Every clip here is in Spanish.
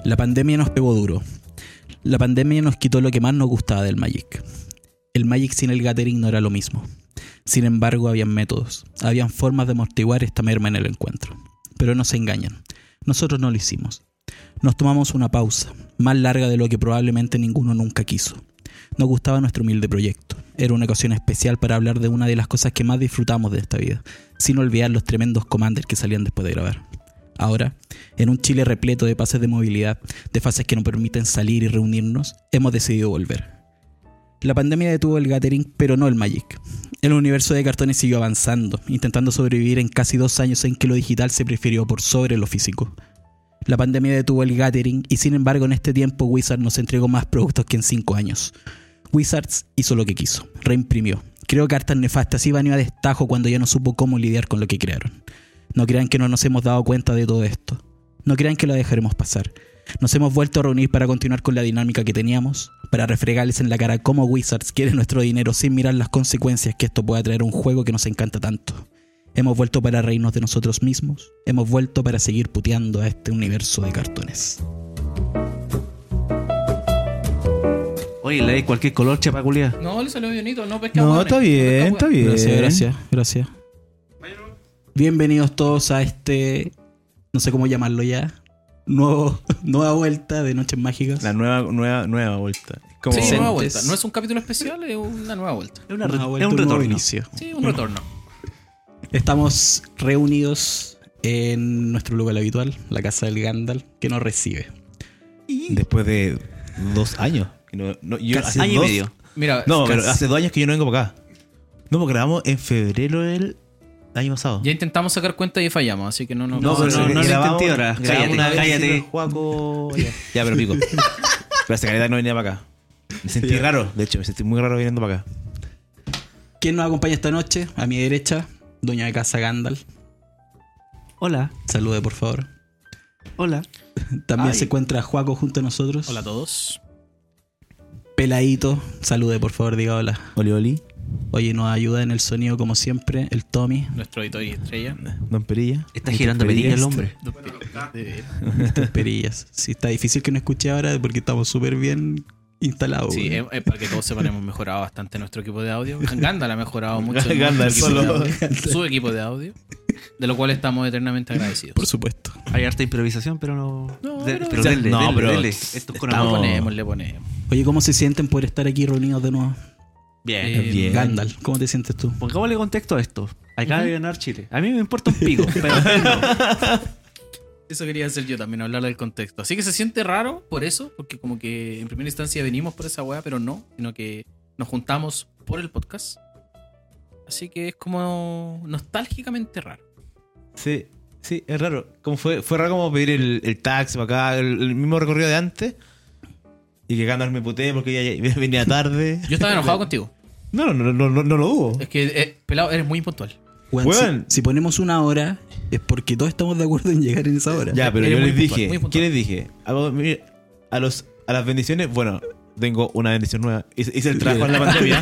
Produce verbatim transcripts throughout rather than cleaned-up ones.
La pandemia nos pegó duro. La pandemia nos quitó lo que más nos gustaba del Magic. El Magic sin el gathering no era lo mismo. Sin embargo, habían métodos, habían formas de amortiguar esta merma en el encuentro. Pero no se engañan, nosotros no lo hicimos. Nos tomamos una pausa, más larga de lo que probablemente ninguno nunca quiso. Nos gustaba nuestro humilde proyecto. Era una ocasión especial para hablar de una de las cosas que más disfrutamos de esta vida, sin olvidar los tremendos commanders que salían después de grabar. Ahora, en un Chile repleto de pases de movilidad, de fases que nos permiten salir y reunirnos, hemos decidido volver. La pandemia detuvo el gathering, pero no el Magic. El universo de cartones siguió avanzando, intentando sobrevivir en casi dos años en que lo digital se prefirió por sobre lo físico. La pandemia detuvo el gathering y sin embargo en este tiempo Wizards nos entregó más productos que en cinco años. Wizards hizo lo que quiso, reimprimió, creó cartas nefastas y baneó a destajo cuando ya no supo cómo lidiar con lo que crearon. No crean que no nos hemos dado cuenta de todo esto. No crean que lo dejaremos pasar. Nos hemos vuelto a reunir para continuar con la dinámica que teníamos, para refregarles en la cara cómo Wizards quiere nuestro dinero sin mirar las consecuencias que esto pueda traer a un juego que nos encanta tanto. Hemos vuelto para reírnos de nosotros mismos. Hemos vuelto para seguir puteando a este universo de cartones. Oye, le di cualquier color, chepa culia. No, le salió bonito, no pescamos. No, está bien, está bien. Gracias, gracias, gracias. Bienvenidos todos a este, no sé cómo llamarlo ya, nuevo, nueva vuelta de Noches Mágicas. La nueva, nueva, nueva vuelta. Como sí, nueva vuelta. No es un capítulo especial, es una nueva vuelta. Es, una re- vuelta, es un, un retorno. Inicio. Sí, un retorno. Estamos reunidos en nuestro lugar habitual, la casa del Gandalf, que nos recibe. Después de dos años. No, no, yo Casi año dos, y medio. Mira, no, casi. Pero hace dos años que yo no vengo para acá. No, porque grabamos en febrero del año pasado. Ya intentamos sacar cuenta y fallamos, así que no nos... No, no, pero no, no lo intenté ahora. Cállate, una vez cállate. Juaco, ya. ya, pero pico. Pero hace calidad no venía para acá. Me sentí sí, raro, de hecho, me sentí muy raro viniendo para acá. ¿Quién nos acompaña esta noche? A mi derecha, dueña de casa Gandalf. Hola. Salude, por favor. Hola. También Ay. se encuentra Juaco junto a nosotros. Hola a todos. Peladito, salude, por favor, diga hola. Oli, oli. Oye, nos ayuda en el sonido como siempre el Tommy. Nuestro editor y estrella. Don Perilla. Está girando Perilla el hombre. Don Perillas. Sí, está difícil que no escuche ahora porque estamos súper bien instalados. Sí, es, es para que todos sepan, hemos mejorado bastante nuestro equipo de audio. Gandalf ha mejorado mucho Gandalf solo. Su equipo de audio, de lo cual estamos eternamente agradecidos. Por supuesto. Hay harta improvisación, pero no... No, de, pero, pero o sea, dele, no, dele, pero dele. Esto es con estamos, amor. Le ponemos, le ponemos. Oye, ¿cómo se sienten por estar aquí reunidos de nuevo? Bien, eh, bien. Gandalf, ¿cómo te sientes tú? Pongámosle contexto a esto. Acaba uh-huh. de ganar Chile. A mí me importa un pico, pero no. Eso quería hacer yo también, hablar del contexto. Así que se siente raro por eso, porque como que en primera instancia venimos por esa weá, pero no, sino que nos juntamos por el podcast. Así que es como nostálgicamente raro. Sí, sí, es raro. Como fue, fue raro como pedir el, el taxi para acá, el, el mismo recorrido de antes. Y que Gandalf me putee porque ya, ya venía tarde. Yo estaba enojado contigo. No, no, no, no, no, no lo dudo. Es que, eh, pelado, eres muy impuntual. Bueno, si, si ponemos una hora, es porque todos estamos de acuerdo en llegar en esa hora. Ya, pero eres yo les puntual, dije, ¿qué les dije? A, a, los, a las bendiciones, bueno, tengo una bendición nueva. Hice, hice el trabajo en la pandemia.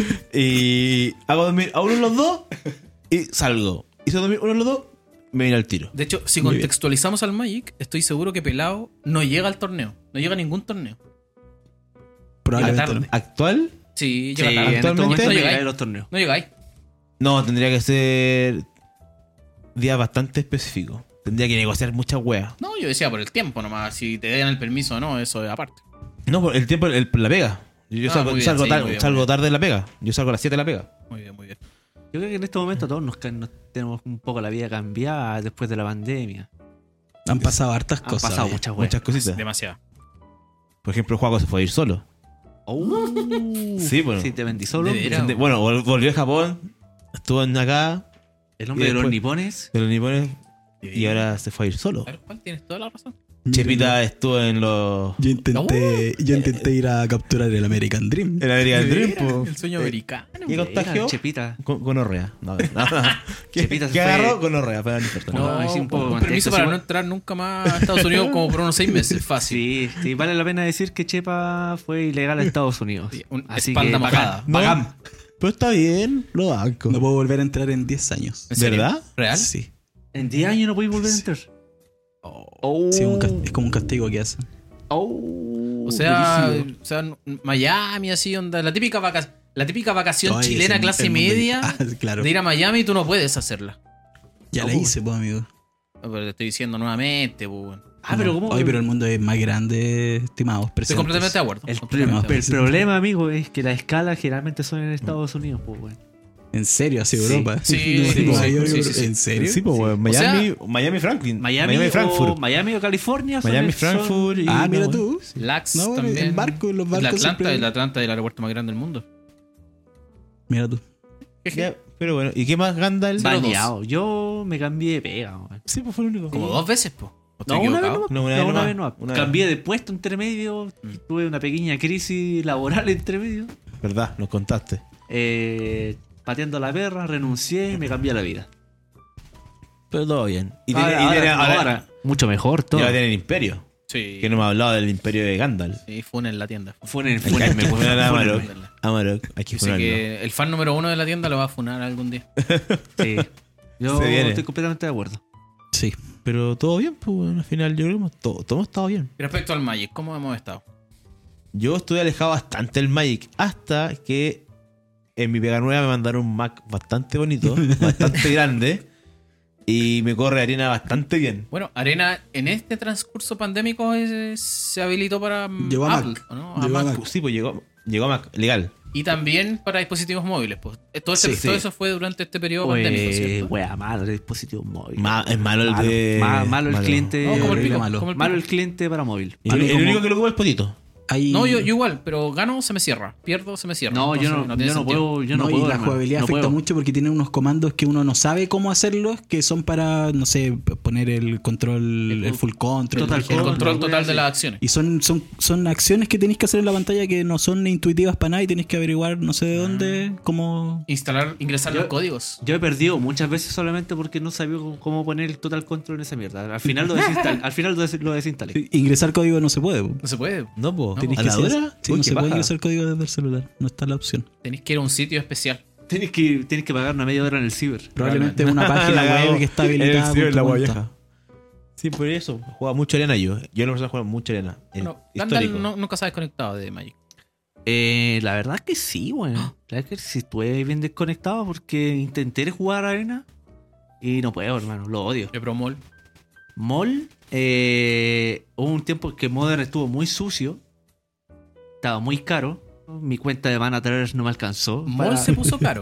Y hago dormir a uno de los dos y salgo. Hice dormir uno de los dos, me viene al tiro. De hecho, si muy contextualizamos bien al Magic, estoy seguro que Pelado no llega al torneo. No llega a ningún torneo. Probablemente. ¿Actual? Sí, llega sí, tarde. Actualmente no llegáis a los torneos. No llegáis. No, tendría que ser días bastante específicos. Tendría que negociar muchas weas. No, yo decía por el tiempo nomás. Si te dan el permiso o no, eso es aparte. No, por el tiempo, el, la pega. Yo, yo ah, salgo, bien, salgo, sí, tar, bien, salgo tarde de la pega. Yo salgo a las siete de la pega. Muy bien, muy bien. Yo creo que en este momento todos nos, nos tenemos un poco la vida cambiada después de la pandemia. Han pasado hartas Han cosas. Han pasado muchas weas. Muchas cositas. Demasiado. Por ejemplo, el Juaco se fue a ir solo. Oh, sí, bueno. Sí, te vendí solo. De, bueno, volvió a Japón. Estuvo en acá. El hombre de los nipones. De los nipones. Y ahora se fue a ir solo. A ver, ¿cuál? Tienes toda la razón. Chepita estuvo en los... Yo intenté, no. yo intenté ir a capturar el American Dream. El American Dream, po. El sueño americano. ¿Qué contagió? Chepita. Con, con orrea. No, no, no. Chepita ¿Qué agarró? Con orrea. No, no, no un poco permiso para no entrar nunca más a Estados Unidos como por unos seis meses. Fácil. Sí, sí, vale la pena decir que Chepa fue ilegal a Estados Unidos. Sí, un Así espalda mojada. No, pero está bien, lo banco. No puedo volver a entrar en diez años. ¿Verdad? ¿Real? Sí. ¿En diez años no podéis volver a entrar? Oh. Sí, un cas- es como un castigo que hacen. Oh, O sea, brígido. o sea, Miami, así, onda. La típica, vaca- la típica vacación Ay, chilena ese- clase el mundo- media Ah, claro. de ir a Miami y tú no puedes hacerla. Ya la ¿Cómo? hice, pues, amigo. No, pero te estoy diciendo nuevamente, pues, bueno. Ah, pero ¿cómo? Ay, pero el mundo es más grande, estimados Estoy presentes. completamente de acuerdo. El, completamente pre- de el acuerdo. problema, amigo, es que las escalas generalmente son en Estados Unidos, pues, weón. ¿En serio? ¿Así Sí. Europa? Sí, No, sí, Nueva sí, York, sí, sí, sí. ¿En serio? Sí, pues, weón. Miami, Miami, Franklin. Miami, Miami o, Frankfurt. Miami o California. son- Miami, son- Frankfurt. y- Ah, mira no, tú. Lax No, bueno, también. en barco, los El barcos Atlanta, siempre- el Atlanta es el aeropuerto más grande del mundo. Mira tú. Ya, pero bueno, ¿y qué más Gandalf? Va- Baneado. Yo me cambié de pega, weón. Sí, pues fue el único. Como dos veces, pues. No, una vez no. No, una No, vez una nomás. vez no. Una vez. Cambié de puesto entre medio. Mm. Tuve una pequeña crisis laboral entre medio. ¿Verdad? Nos contaste. Eh, pateando la perra, renuncié y me cambié la vida. Pero todo bien. Y Ahora- tiene, y ahora- tiene- ahora, ahora, mucho mejor todo. y ahora tiene el imperio. Sí. Que no me ha hablado del imperio de Gandalf. Sí, fue en la tienda. Fue en el Hay que- hay que fúnenme, funar a fúnenme. Amarok. Amarok, hay que Dice funarlo. que el fan número uno de la tienda lo va a funar algún día. Sí. Yo Se viene. estoy completamente de acuerdo. Sí. Pero todo bien, pues bueno, al final yo creo que hemos- todo, todo hemos estado bien. Y respecto al Magic, ¿cómo hemos estado? Yo estuve alejado bastante del Magic hasta que en mi pega nueva me mandaron un Mac bastante bonito, bastante grande y me corre arena bastante bien. Bueno, Arena en este transcurso pandémico es- se habilitó para mm, Llegó a Apple, Mac. ¿o ¿no? A Llegó a Mac. Mac. Sí, pues llegó, llegó a Mac legal. Y también para dispositivos móviles. Pues. Todo, este- Sí, todo sí. eso fue durante este periodo pandémico, Pues, ¿cierto? wea, malo el dispositivo móvil. Ma- es malo el Malo. de. Ma- malo el cliente. No, como el horrible pico, malo. como el Malo pico. el cliente para móvil. El, el como- único que lo ocupa es el potito. Hay... No, yo, yo igual, pero gano, se me cierra. Pierdo, se me cierra. No, yo Entonces, no, tiene yo no sentido. puedo. Yo no, No, puedo, y la hermano. jugabilidad No afecta puedo. mucho porque tiene unos comandos que uno no sabe cómo hacerlos, que son para, no sé, poner el control, El el, full control. total por El ejemplo. control no, total sí. de las acciones. Y son, son, son acciones que tenéis que hacer en la pantalla que no son intuitivas para nada y tenéis que averiguar no sé de dónde, cómo... Instalar, ingresar Yo- los códigos. Yo he perdido muchas veces solamente porque no sabía cómo- cómo poner el total control en esa mierda. Al final lo desinstalé. al final lo, des- lo desinstalé. Ingresar código no se puede. po. No se puede. No, pues. No, Tenéis ¿A que la hacer- hora? Sí, Uy, no qué se puede paja. ingresar código desde el celular. No está la opción. Tenéis que ir a un sitio especial. Tienes que, tienes que pagar una media hora en el ciber. Probablemente una página La cagó. web que está habilitada. El ciber, con tu la cuenta. vieja. Sí, por eso. Juega mucho arena yo. Yo en la persona juego mucha arena. En Bueno, Gandalf histórico. no, nunca se ha desconectado de Magic. Eh, la verdad es que sí, weón. La verdad es que sí estuve bien desconectado porque intenté jugar arena y no puedo, hermano. Lo odio. De Promol. Mall, eh, hubo un tiempo que Modern estuvo muy sucio. Estaba muy caro. Mi cuenta de Mana Traders no me alcanzó. Mol para- se puso caro.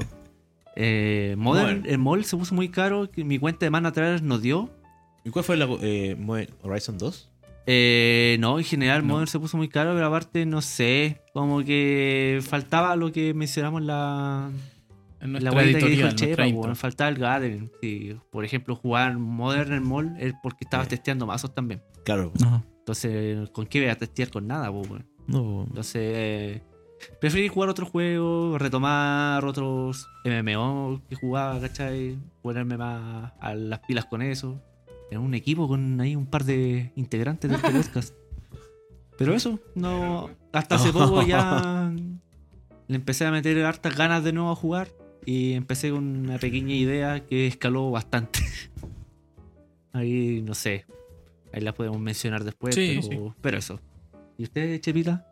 Eh, Modern, Modern. el Mall se puso muy caro. Que mi cuenta de Mana Traders no dio. ¿Y cuál fue la eh, Modern Horizon dos? Eh, no, en general No. Modern se puso muy caro, pero aparte, no sé, como que faltaba lo que mencionamos en la, En la nuestra vuelta que dijo editorial, el Chepa, nuestra po, intro. weón, faltaba el Gathering. Sí, por ejemplo, jugar Modern en Mall es porque estabas Sí. testeando mazos también. Claro. Ajá. Entonces, ¿con qué voy a testear? Con nada, po, weón. No, po. Entonces, eh, preferí jugar otro juego, retomar otros M M O que jugaba, ¿cachai? Ponerme más a las pilas con eso. En un equipo con ahí un par de integrantes de este podcast. Pero eso, no. Hasta hace poco ya le empecé a meter hartas ganas de nuevo a jugar. Y empecé con una pequeña idea que escaló bastante. Ahí, no sé. Ahí la podemos mencionar después. Sí, pero, sí. pero eso. ¿Y usted, Chepita?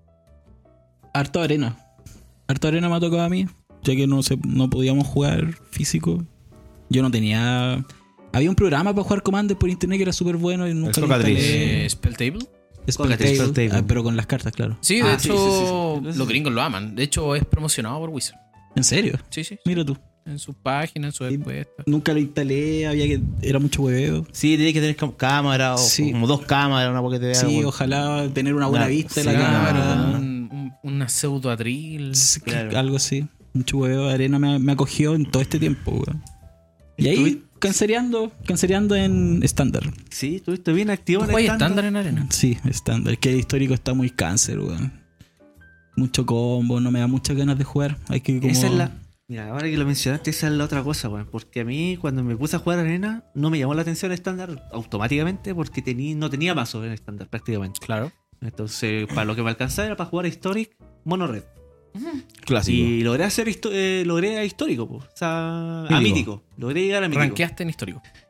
Harto arena. Harto arena me ha tocado a mí, ya que no, se, no podíamos jugar físico. Yo no tenía... Había un programa para jugar Commander por internet que era súper bueno y nunca lo Cockatrice. instalé. Eh, Spelltable. Spelltable, Spelltable. ah, pero con las cartas, claro. Sí, de Ah, hecho, sí, sí, sí, sí. los gringos lo aman. De hecho, es promocionado por Wizard. ¿En serio? Sí, sí. Mira tú. En su página, en su Y- encuesta. Nunca lo instalé, había que... Era mucho hueveo. Sí, tenés que tener cam- cámara o Sí. como dos cámaras, una porque te vea. Sí, algo. ojalá tener una buena Una- vista de sí, la una- cámara. Un- un- una pseudo atril. Sí, Claro. Algo así. Mucho huevo de arena me, me acogió en todo este tiempo, weón. Y ahí, Estuvi- cancereando, cancereando en estándar. Sí, estuviste bien activo en ¿Tú juegas estándar. estándar en arena? Sí, estándar. Que el histórico está muy cáncer, weón. Mucho combo, no me da muchas ganas de jugar. Hay que como... Esa es la. Mira, ahora que lo mencionaste, esa es la otra cosa, weón. Porque a mí, cuando me puse a jugar arena, no me llamó la atención el estándar automáticamente porque tení, no tenía mazos en estándar prácticamente. Claro. Entonces, para lo que me alcanzaba era para jugar a Historic, mono red. Clásico. Y logré hacer histo- eh, logré a histórico, po. O sea, a Mítico. mítico. Logré llegar a mítico. Ranqueaste en histórico.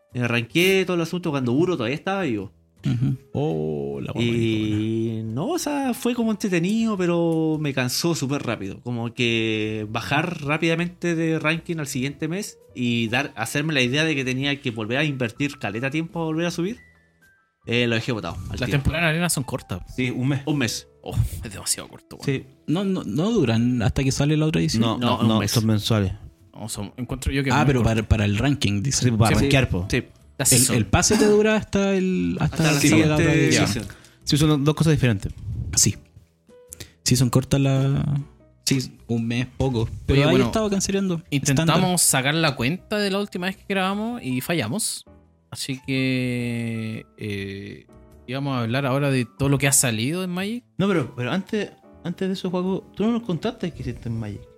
Me arranqué todo el asunto cuando Uro todavía estaba vivo. Ujú. Oh, la Y no, o sea, fue como entretenido, pero me cansó súper rápido. Como que bajar rápidamente de ranking al siguiente mes y dar, hacerme la idea de que tenía que volver a invertir caleta tiempo a volver a subir, eh, lo dejé botado. al Las tiro. temporadas en arena son cortas. Sí, un mes. Un mes. Oh, es demasiado corto, weón. Sí. No, no, no duran hasta que sale la otra edición. No, No, no, un no, mes. son mensuales. No, son- encuentro yo que. Ah, es pero muy para, para el ranking, dice. Sí, para Sí, rankear, po. Sí, La El, season. el pase te dura hasta el hasta, hasta la que salga siguiente otra edición. edición. Sí, son dos cosas diferentes. Sí. Sí, son cortas las. Sí, un mes poco. Pero Oye, ahí bueno, estaba cancelando. Intentamos sacar la cuenta de la última vez que grabamos y fallamos. Así que eh, íbamos a hablar ahora de todo lo que ha salido en Magic. No, pero, pero antes, antes de esos juegos, tú no nos contaste que hiciste en Magic.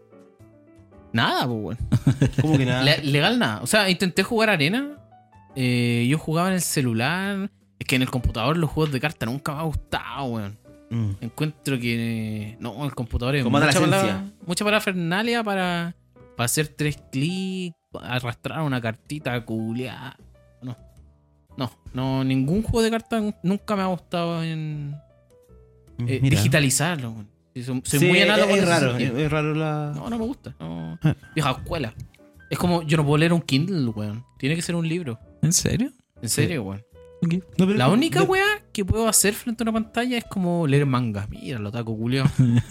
Nada, pues bueno. ¿Cómo que nada? Le- legal nada. O sea, intenté jugar arena. eh, yo jugaba en el celular. Es que en el computador los juegos de cartas nunca me ha gustado, weón. Mm. Encuentro que. No, el computador es Como mata mucha, la para, esencia. mucha parafernalia para, para hacer tres clics, arrastrar una cartita culiada. No. No, no, ningún juego de cartas nunca me ha gustado en eh, Mira. digitalizarlo. weón. Sí, Soy, soy Sí, muy análogo es, en es ese raro, es, sentido. es raro la... No, no me gusta. No. Ah. Vieja escuela. Es como, yo no puedo leer un Kindle, weón. Tiene que ser un libro. ¿En serio? En serio, weón. Ok. No, pero- La única de- weá que puedo hacer frente a una pantalla es como leer manga. Mira, lo taco, culio.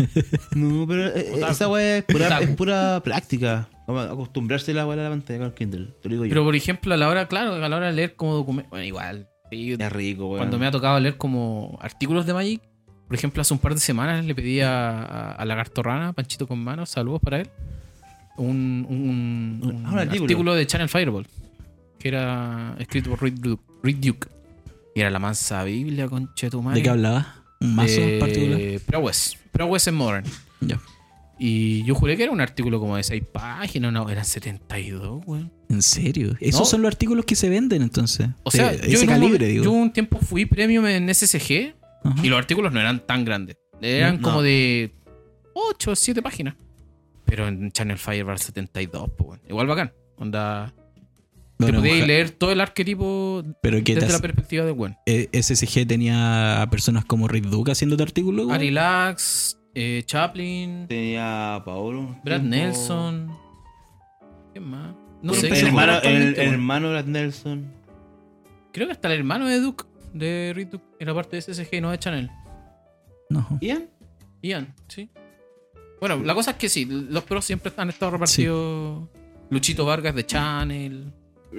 No, pero eh, Otaku. esa weá es pura, Otaku. es pura práctica. Vamos a acostumbrarse a la weá de la pantalla con el Kindle. Te lo digo yo. Pero por ejemplo, a la hora, claro, a la hora de leer como documento. Bueno, igual. sí, es rico, weón. cuando me ha tocado leer como artículos de Magic, por ejemplo, hace un par de semanas le pedí a, a, a Lagarto Rana, Panchito con manos, saludos para él, un, un, un Ah, un artículo. artículo de Channel Fireball, que era escrito por Reed Duke. Reed Duke. Y era la mansa Biblia, conchetumare. ¿De qué hablaba? ¿Un mazo en de particular? Prowess. Prowess en Modern. Ya. Y yo juré que era un artículo como de seis páginas, no, eran setenta y dos, weón. ¿En serio? Esos No. son los artículos que se venden entonces. O sea, de yo, ese en un calibre, momen- digo. yo un tiempo fui premium en S S G Ajá. y los artículos no eran tan grandes. Eran No. como de ocho o siete páginas. Pero en Channel Fireball setenta y dos, pues, bueno. Igual bacán. Onda, Bueno, te podías oja- leer todo el arquetipo Pero que desde te la hace- perspectiva de Gwen. eh, S S G tenía a personas como Rick Duke haciéndote artículos. güey. Ari Lax, eh, Chaplin, Tenía a Paolo. un Brad tiempo. Nelson. ¿Quién más? No el, sé. el ese hermano, juego el, actualmente, el weón. hermano de Brad Nelson. Creo que hasta el hermano de Duke, de Reed Duke, era parte de S S G, no de Channel. No. Ian. Ian, sí. Bueno, la cosa es que sí, los pros siempre han estado repartidos. Luchito Vargas de Channel.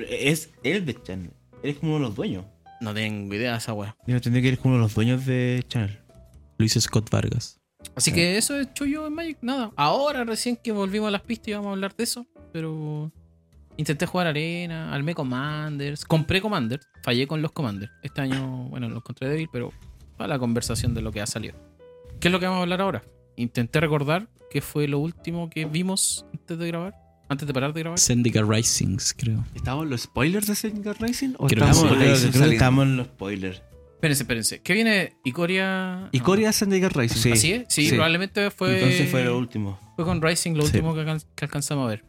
Es él de Channel. Él es como uno de los dueños. No tengo idea de esa wea. Yo entendí que él es como uno de los dueños de Channel. Luis Scott Vargas. Así que eso he hecho yo en Magic, nada. Ahora recién que volvimos a las pistas y vamos a hablar de eso. Pero intenté jugar arena, armé Commanders, compré Commanders, fallé con los Commanders. Este año, bueno, los encontré débil, pero para la conversación de lo que ha salido. ¿Qué es lo que vamos a hablar ahora? Intenté recordar qué fue lo último que vimos antes de grabar, antes de parar de grabar. Zendika Risings, creo. ¿Estamos en los spoilers de Zendikar Racing? ¿O Creo que estamos sí. con la Creo que- edición creo que saliendo? estamos en los spoilers. Espérense, espérense. ¿Qué viene? Icoria. ¿Y Corea Zendikar Racing? Sí. ¿Así es? Sí, Sí. probablemente fue. Entonces fue lo último. Fue con Rising lo Sí. último que, alcan- que alcanzamos a ver.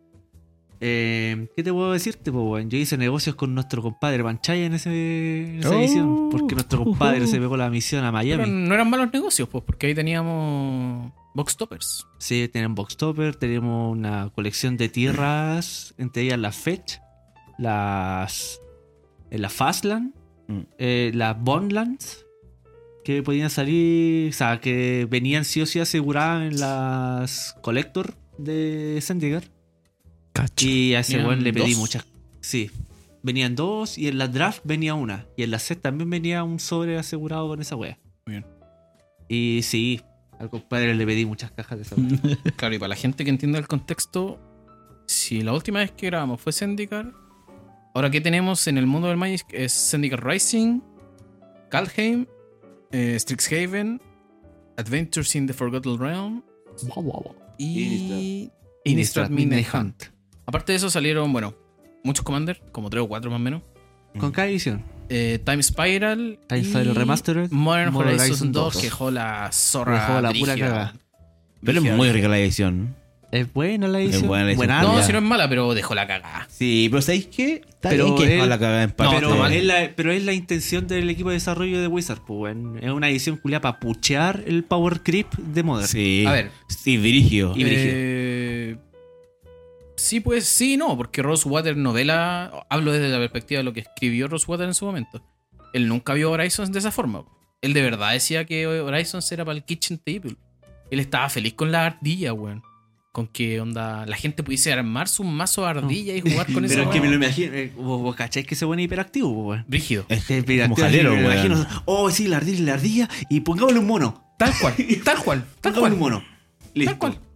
Eh, ¿Qué te puedo decirte, po, weón? Yo hice negocios con nuestro compadre Panchaya en, ese, en esa Oh. edición. Porque nuestro compadre se pegó la misión a Pero Miami. no eran malos negocios, pues, porque ahí teníamos box toppers. Sí, tenemos Boxtopper, tenemos una colección de tierras, entre ellas las Fetch, las. eh, las Fastland, Mm. eh, las Bondlands, que podían salir, o sea, que venían sí o sí aseguradas en las Collector de Zendikar. Cacho. Y a ese ¿Venían weón le pedí dos? muchas. Sí. Venían dos y en la draft venía una. Y en la set también venía un sobre asegurado con esa wea. Muy bien. Y sí, al compadre le pedí muchas cajas de esa wea. Claro, y para la gente que entienda el contexto, si la última vez que grabamos fue Zendikar, ahora que tenemos en el mundo del Magic es Zendikar Rising, Kaldheim, eh, Strixhaven, Adventures in the Forgotten Realm y Innistrad Midnight Hunt. Aparte de eso salieron, bueno, muchos commanders, como tres o cuatro más o menos. Con cada edición. Eh, Time Spiral. Time y Spiral Remastered, Modern, Modern Horizon Horizon dos, dos. que dejó la zorra. Dejó la pura brígida. cagada. Pero es Brígida. muy rica la edición. Es buena la edición. Es buena la edición. Buena No, arma. si no es mala, pero dejó la cagada. Sí, pero ¿sabéis qué? Está Pero bien que él- dejó la cagada en parte. pero, está mal. es la, pero es la intención del equipo de desarrollo de Wizard, pues, weón. Es una edición culiada para puchear el power creep de Modern. Sí. A ver. Sí, dirigido. Y brígido. Eh, sí, pues sí, no, porque Rosewater novela, hablo desde la perspectiva de lo que escribió Rosewater en su momento. Él nunca vio Horizons de esa forma. Él de verdad decía que Horizons era para el kitchen table. Él estaba feliz con la ardilla, weón. Con que onda la gente pudiese armar su mazo de ardilla y jugar con eso. Pero es que me lo imagino. eh, ¿Vos, vos cacháis que se pone hiperactivo, pues, weón? Brígido. Es Que como hiperactivo, jalero, me lo weón. imagino. Oh, sí, la ardilla, la ardilla. Y pongámosle un mono. Tal cual, tal cual, tal Pongámosle cual. un mono. Listo. Tal cual.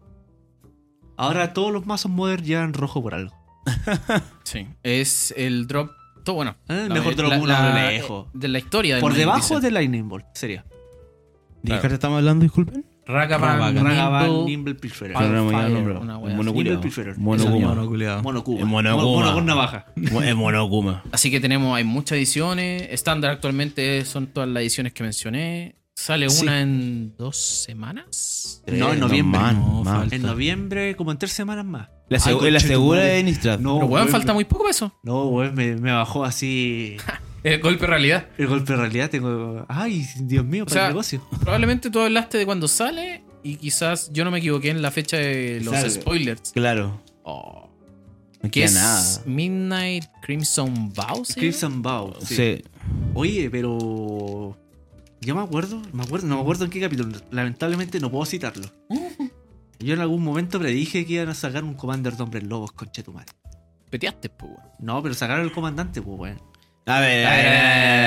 Ahora todos los mazos Modern llevan rojo por algo. Sí. Es el drop. Todo bueno. Ah, el la- mejor drop la- uno la- de lejos. De la historia del Por Magic, debajo dicen. de Lightning Bolt, sería. ¿De qué carta estamos hablando? Disculpen. Ragavan, Ragavan, Ragavan, Nimble, Nimble Pilferer. Fire, Pero no me llamo el Fire, nombre. una wea El así. mono Nimble culiao. Pilferer. Mono Esa Kuma. misma. Mono culiao. Mono Kuma. El mono Mono- Kuma. mono con navaja. Es mono Kuma. Así que tenemos, hay muchas ediciones. Estándar actualmente son todas las ediciones que mencioné. Sale Sí. una en dos semanas. No, en noviembre. man, No, man. falta. En noviembre, como en tres semanas más. La, Ay, segu- la conchetumare. segura de Innistrad. No, Pero weón, weón, falta me- muy poco para eso. No, weón, me, me bajó así El golpe de realidad. el golpe de realidad. Tengo. Ay, Dios mío, para sea, el negocio. Probablemente tú hablaste de cuando sale y quizás yo no me equivoqué en la fecha de los Salga. spoilers. Claro. Oh. No Que queda es nada. Midnight Crimson Vow, ¿sí? Crimson Bow. Sí. Sí. Oye, pero. Yo me acuerdo, me acuerdo, no me acuerdo en qué capítulo. Lamentablemente no puedo citarlo. Yo en algún momento predije que iban a sacar un Commander de Hombres Lobos, conchetumare. Peteaste, pues, weón. No, pero sacaron el comandante, pues, weón. A ver, a ver, a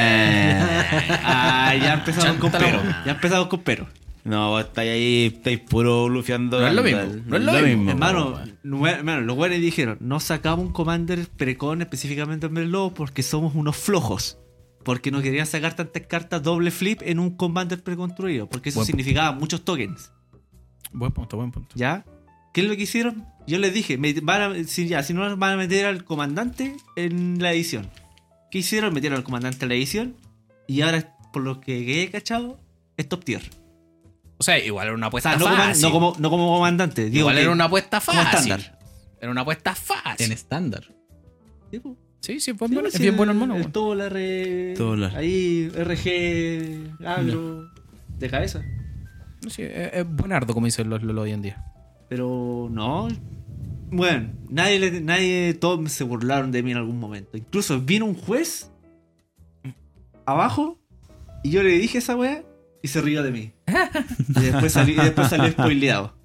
ver. Ah, ya empezamos con Chántala, pero. weón. Ya empezamos con pero. No, vos estáis ahí, estáis puro blufeando. No es lo Gandalf. mismo, no es lo mismo. Hermano, weón. no- hermano, los güeyes dijeron, no sacamos un Commander Precon específicamente Hombres Lobos porque somos unos flojos. Porque no querían sacar tantas cartas doble flip en un Commander preconstruido. Porque eso Buen significaba muchos tokens. Buen punto, buen punto. ¿Ya? ¿Qué es lo que hicieron? Yo les dije, me van a, si, ya, si no van a meter al comandante en la edición. ¿Qué hicieron? Metieron al comandante en la edición. Y ahora, por lo que he cachado, es top tier. O sea, igual era una O apuesta sea, no, coman- fácil. no como, no como comandante. Digo igual que era una apuesta como fácil. estándar. Era una apuesta fácil. En estándar. Sí, po. Sí, sí, fue Sí, bueno. sí, Es bien bueno el mono, El weón. dólar, eh, Dólar. ahí, R G, agro, de cabeza. Sí, es, es buenardo, como dicen los Lolo hoy en día. Pero no. Bueno, nadie, le- nadie, todos se burlaron de mí en algún momento. Incluso vino un juez abajo y yo le dije esa weá y se rió de mí. Y después salí, y después salí spoileado.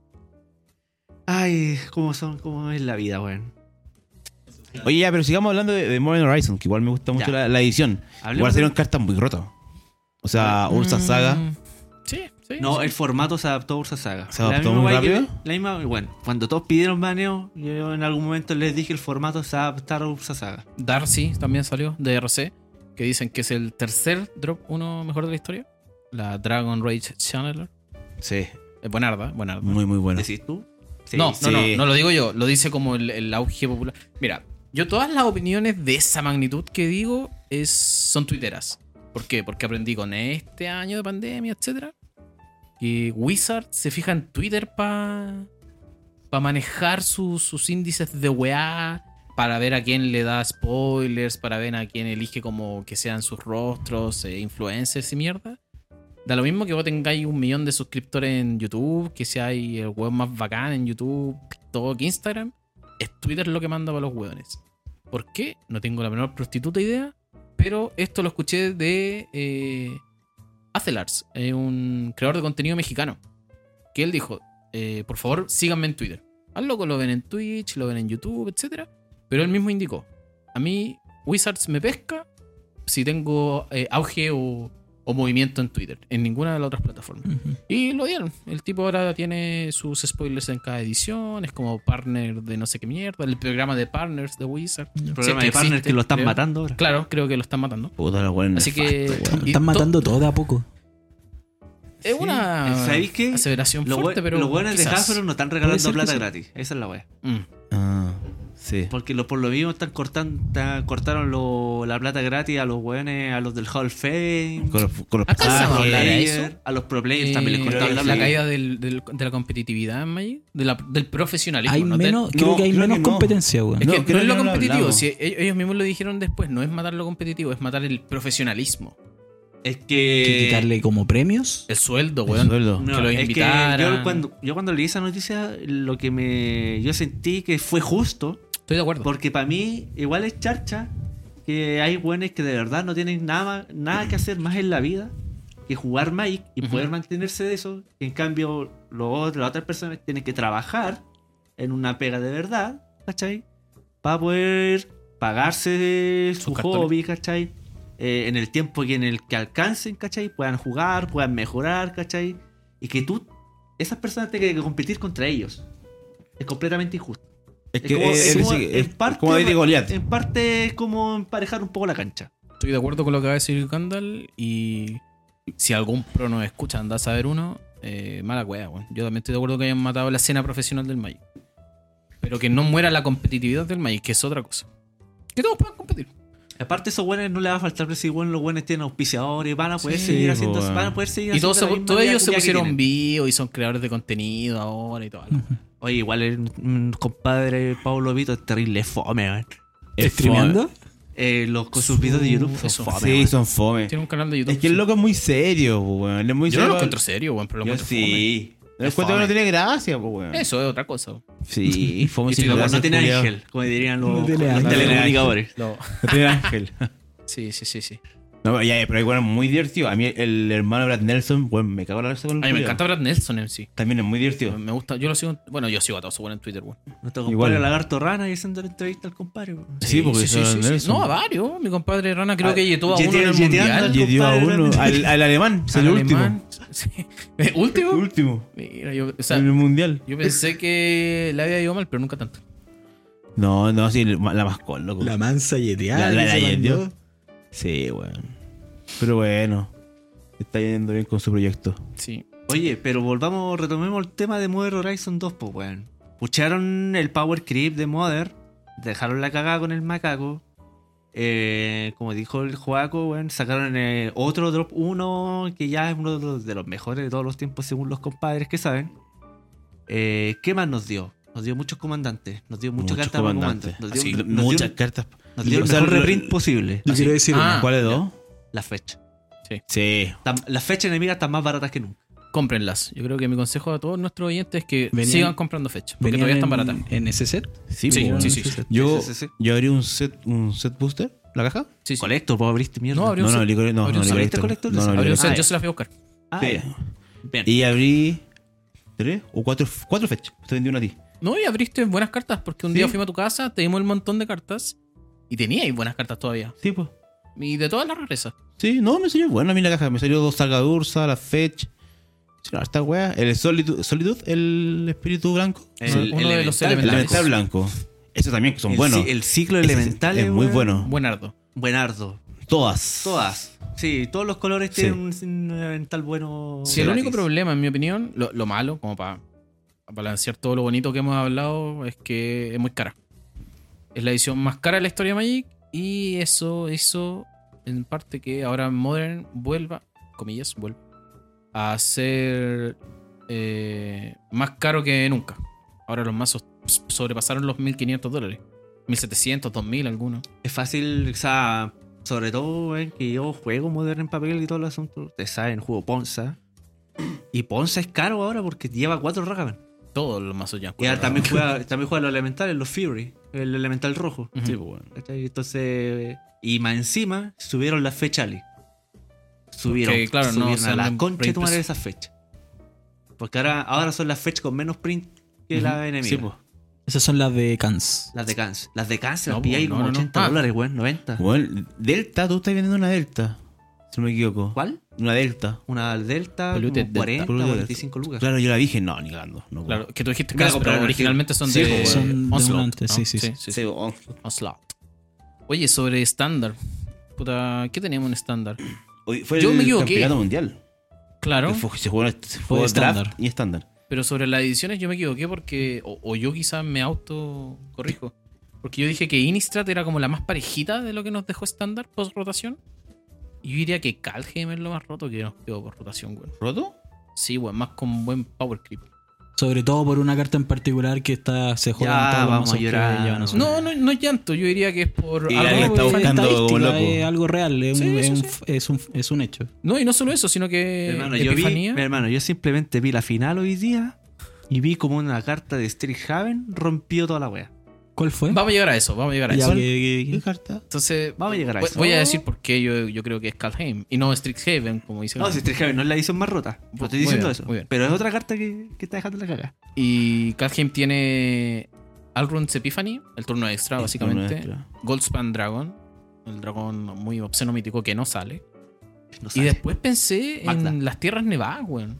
Ay, cómo son, cómo es la vida, weón. Oye, ya, pero sigamos hablando de, de Modern Horizon, que igual me gusta mucho Ya. la, la edición. Hablemos Igual salieron de- cartas muy rotas. O sea, Ursa Saga. Mm, Sí, sí. No, sí. el formato se adaptó a Ursa Saga. ¿Se adaptó misma muy weá que- rápido? la misma, bueno, cuando todos pidieron baneo, yo en algún momento les dije el formato se va a adaptar a Ursa Saga. Darcy también salió de R C, que dicen que es el tercer drop uno mejor de la historia. La Dragon Rage Channeler. Sí, Es buenarda, buenarda. muy, muy bueno. ¿Decís tú? Sí. no, no, sí. no, no lo digo yo, lo dice como el, el auge popular. Mira, yo todas las opiniones de esa magnitud que digo es, son tuiteras. ¿Por qué? Porque aprendí con este año de pandemia, etcétera, que Wizard se fija en Twitter para pa manejar sus- sus índices de weá, para ver a quién le da spoilers, para ver a quién elige como que sean sus rostros, eh, influencers y mierda. Da lo mismo que vos tengáis un millón de suscriptores en YouTube, que seáis el weón más bacán en YouTube, TikTok, Instagram. Es Twitter lo que manda para los weones. ¿Por qué? No tengo la menor prostituta idea, pero esto lo escuché de eh, Acelars, eh, un creador de contenido mexicano, que él dijo, eh, por favor síganme en Twitter. Al loco lo ven en Twitch, lo ven en YouTube, etcétera. Pero él mismo indicó, a mí Wizards me pesca si tengo eh, auge o, o movimiento en Twitter, en ninguna de las otras plataformas. Ujú. Y lo dieron. El tipo ahora tiene sus spoilers en cada edición, es como partner de no sé qué mierda, el programa de partners de Wizard. El Sí, programa que de partners existe, que lo están creo. matando ahora. Claro, creo que lo están matando. Puta la buena. Así que y Están to- matando todo de a poco. Es una ¿Sabéis qué? aseveración Los fuerte, bue- pero los buenos de quizás. Hasbro no están Puede regalando ser que plata sí. gratis. Esa es la wea. Mm. Ah, Sí. Porque lo, por lo mismo están cortando, están- cortaron lo- la plata gratis a los weones, a los del Hall of Fame, Con los, con los Alcanzamos a a, los hablar de players, eso. a los pro players también les Eh, cortaron la la plata. caída del, del- de la competitividad en Magic, de la- del profesionalismo. Hay ¿no? Del- menos, creo no, que hay creo menos que no. competencia, weón. Es No, que creo no es que lo no lo competitivo, hablamos. si ellos ellos mismos lo dijeron después, no es matar lo competitivo, es matar el profesionalismo. Es Que que... quitarle como premios. El sueldo, El weón. sueldo. No, que los es que invitaran. yo cuando, yo cuando leí esa noticia, lo que me yo sentí que fue justo, Estoy de acuerdo. porque para mí igual es charcha que hay buenos que de verdad no tienen nada, nada que hacer más en la vida que jugar Magic y Ujú. poder mantenerse de eso. En cambio, los otros- las otras personas tienen que trabajar en una pega de verdad, ¿cachai? Para poder pagarse su Sus cartones. hobby, ¿cachai? Eh, en el tiempo que en el que alcancen, ¿cachai? Puedan jugar, puedan mejorar, ¿cachai? Y que tú, esas personas tengan que competir contra ellos. Es completamente injusto. Es Es que como- es, es como- es- en es parte- como David y Goliat. En parte es como emparejar un poco la cancha. Estoy de acuerdo con lo que va a decir Gandalf y si algún pro nos escucha, anda a saber uno, eh, mala wea, weón. Yo también estoy de acuerdo que hayan matado la escena profesional del Magic. Pero que no muera la competitividad del Magic, que es otra cosa. Que todos puedan competir. Aparte, esos buenos no le va a faltar, pero si bueno, los buenos tienen auspiciadores, van a poder Sí, seguir po, haciendo, weón. van a poder seguir Y todos, haciendo se- la todos misma ellos se vida que pusieron tienen. bio y son creadores de contenido ahora y todo. Oye, igual el mm, compadre Pablo Vito es terrible fome, weón. Es ¿Streameando? Eh, los, con sus videos de YouTube son Eso. fome, Sí, weón. son fome. Tiene un canal de YouTube. Es que el sí. loco es muy serio, po, weón. Es muy Yo no serio. lo encuentro serio, weón, pero lo Yo encuentro sí. No Es encuentro que no fome. tiene gracia, po, weón. fome. Eso es otra cosa. Sí, fome Y sin si no, gracia, no tiene culiao. ángel, como dirían los, No tiene los ángel. telecomunicadores. Lo- No tiene ángel. Sí, sí, sí, sí. No, pero ya, pero igual es muy divertido. A mí el hermano Brad Nelson, weón, me cago en la cabeza con el A mí me culiao. encanta Brad Nelson en sí. También es muy divertido. Me gusta, yo lo sigo, bueno, yo sigo a todos su en Twitter, weón. Nuestro compadre Igual. Lagarto Rana y haciendo la entrevista al compadre, weón. Sí, porque sí, son sí, sí. Nelson. No, a varios. Mi compadre Rana creo Ah, que llegó a uno yetea- en el yeteando mundial. al- Y dio a compadre, uno, realmente. al, al alemán, es el Al último. alemán. Sí. ¿El último? Último. Mira, yo, o sea, En el mundial. yo pensé que le había ido mal, pero nunca tanto. No, no, sí, la mascó, loco. La mansa yeteada. La- la- que la se yeteó. mandó. Sí, weón. Pero bueno, está yendo bien con su proyecto. Sí. Oye, pero volvamos, retomemos el tema de Modern Horizon dos, pues, weón. Pucharon el Power Creep de Modern, dejaron la cagada con el macaco. Eh, como dijo el Joaco, weón, sacaron eh, otro Drop uno que ya es uno de los, de los mejores de todos los tiempos, según los compadres que saben. Eh, ¿Qué más nos dio? Nos dio muchos comandantes, nos dio muchas Muchos cartas para comandantes. comandantes. Nos dio, Así, nos muchas dio- cartas. nos dio el O sea, mejor lo- reprint posible. Yo Así. quiero decir Ah. una. ¿Cuáles dos? La fecha. Sí. Tam- Las fechas enemigas están más baratas que nunca. Cómprenlas. Yo creo que mi consejo a todos nuestros oyentes es que Venían- sigan comprando fechas. Porque Venían todavía están en- baratas. En ese set. Sí, Sí, po, sí, weón. sí. Yo, Sí, sí, sí. yo abrí un set, un set booster, ¿la caja? Sí, sí. Colector, pues abriste mierda. No, abrió No, un no, set. licor, no, Abrió no, un set. ¿Abriste Licorito. colector? No, no, Abrió un Licorito. set, Ah, yo ya. se las fui a buscar. Ah, Sí. ya. Bien. Y abrí tres o cuatro, cuatro fechas. Te vendí una a ti. No, y abriste buenas cartas, porque un Sí. día fuimos a tu casa, te dimos el montón de cartas y teníais buenas cartas todavía. Sí, pues. Y de todas las rarezas. Sí, no, me salió bueno a mí la caja. Me salió dos Salgadursa, la Fetch. Sí, no, esta wea. El Solitude, Solitude, el espíritu blanco. El- Uno de los elemental El elementales. elemental blanco. Esos también que son El buenos. ci- El ciclo Ese elemental es muy weón, bueno. Buenardo. Buenardo. Todas. Todas. Sí, todos los colores Sí. tienen un, un elemental bueno. Sí, el gratis. único problema, en mi opinión, lo, lo malo, como para balancear todo lo bonito que hemos hablado, es que es muy cara. Es la edición más cara de la historia de Magic y eso hizo en parte que ahora Modern vuelva, comillas, vuelva a ser eh, más caro que nunca. Ahora los mazos sobrepasaron los mil quinientos dólares. mil setecientos, dos mil algunos. Es fácil, o sea, sobre todo ven que yo juego Modern en papel y todo el asunto. Ustedes saben, juego Ponza. Y Ponza es caro ahora porque lleva cuatro Ragavan. Todos los mazos ya. Y ahora también juega, también juega los elementales, los Fury, el elemental rojo. Ujú. Sí, pues bueno. ¿Cachai? Entonces, y más encima subieron las fechas Ali. Subieron, Porque, claro, no subieron a la salen concha de tu madre print esas fechas. Porque ahora, ahora son las fechas con menos print que la enemiga. Sí, pues. Esas son las de Cans. Las de cáncer. Las de cáncer No, las pilláis no, como no, no. ochenta Ah. dólares, weón, noventa. Bueno, Delta, tú estás vendiendo una Delta. Si no me equivoco. ¿Cuál? Una Delta. Una Delta, Polluted como Delta. cuarenta, Polluted cuarenta y cinco lucas. Claro, yo la dije, no, ni cagando. No, Claro, que tú dijiste Me la que pero compraron originalmente son Sí, de pues, son de Onslaught, antes, ¿no? sí, sí, sí. Sí, oh. Onslaught. Oye, sobre estándar. Puta, ¿qué tenemos en estándar? Hoy fue Yo el me equivoqué. campeonato mundial. Claro, Que fue- se jugó, se jugó Fue draft estándar. y estándar. pero sobre las ediciones yo me equivoqué porque, o, o yo quizás me auto corrijo, Porque yo dije que Innistrad era como la más parejita de lo que nos dejó estándar post rotación. Y yo diría que Kaldheim es lo más roto que nos quedó por rotación, weón. ¿Roto? Sí, weón, más con buen power creep. Sobre todo por una carta en particular que está se jodan Ya, todos los vamos a mazos que llorar. llevan azul. No, no, no es llanto, yo diría que es por Y algo alguien está de- buscando estadística, como loco. es algo real, es, Sí, un, sí, es, un, sí. es, un, es un hecho. No, y no solo eso, sino que hermano, yo vi, Epifanía. hermano, yo simplemente vi la final hoy día y vi como una carta de Strixhaven rompió toda la wea. ¿Cuál fue? Vamos a llegar a eso, vamos a llegar a Ya, eso. que- que- ¿Qué que- carta? Entonces, Vamos a llegar a voy, eso. voy a decir por qué yo, yo creo que es Kaldheim y no Strixhaven, como dice. No, si Strixhaven no es la edición más rota. No estoy Muy diciendo bien, eso. muy bien. Pero es otra carta que, que está dejando la caga. Y Kaldheim tiene Alrund's Epiphany, el turno extra, básicamente. Extra. Goldspan Dragon, el dragón muy obsceno mítico que no sale. No Y sale. después pensé Magda. en las tierras nevadas, weón.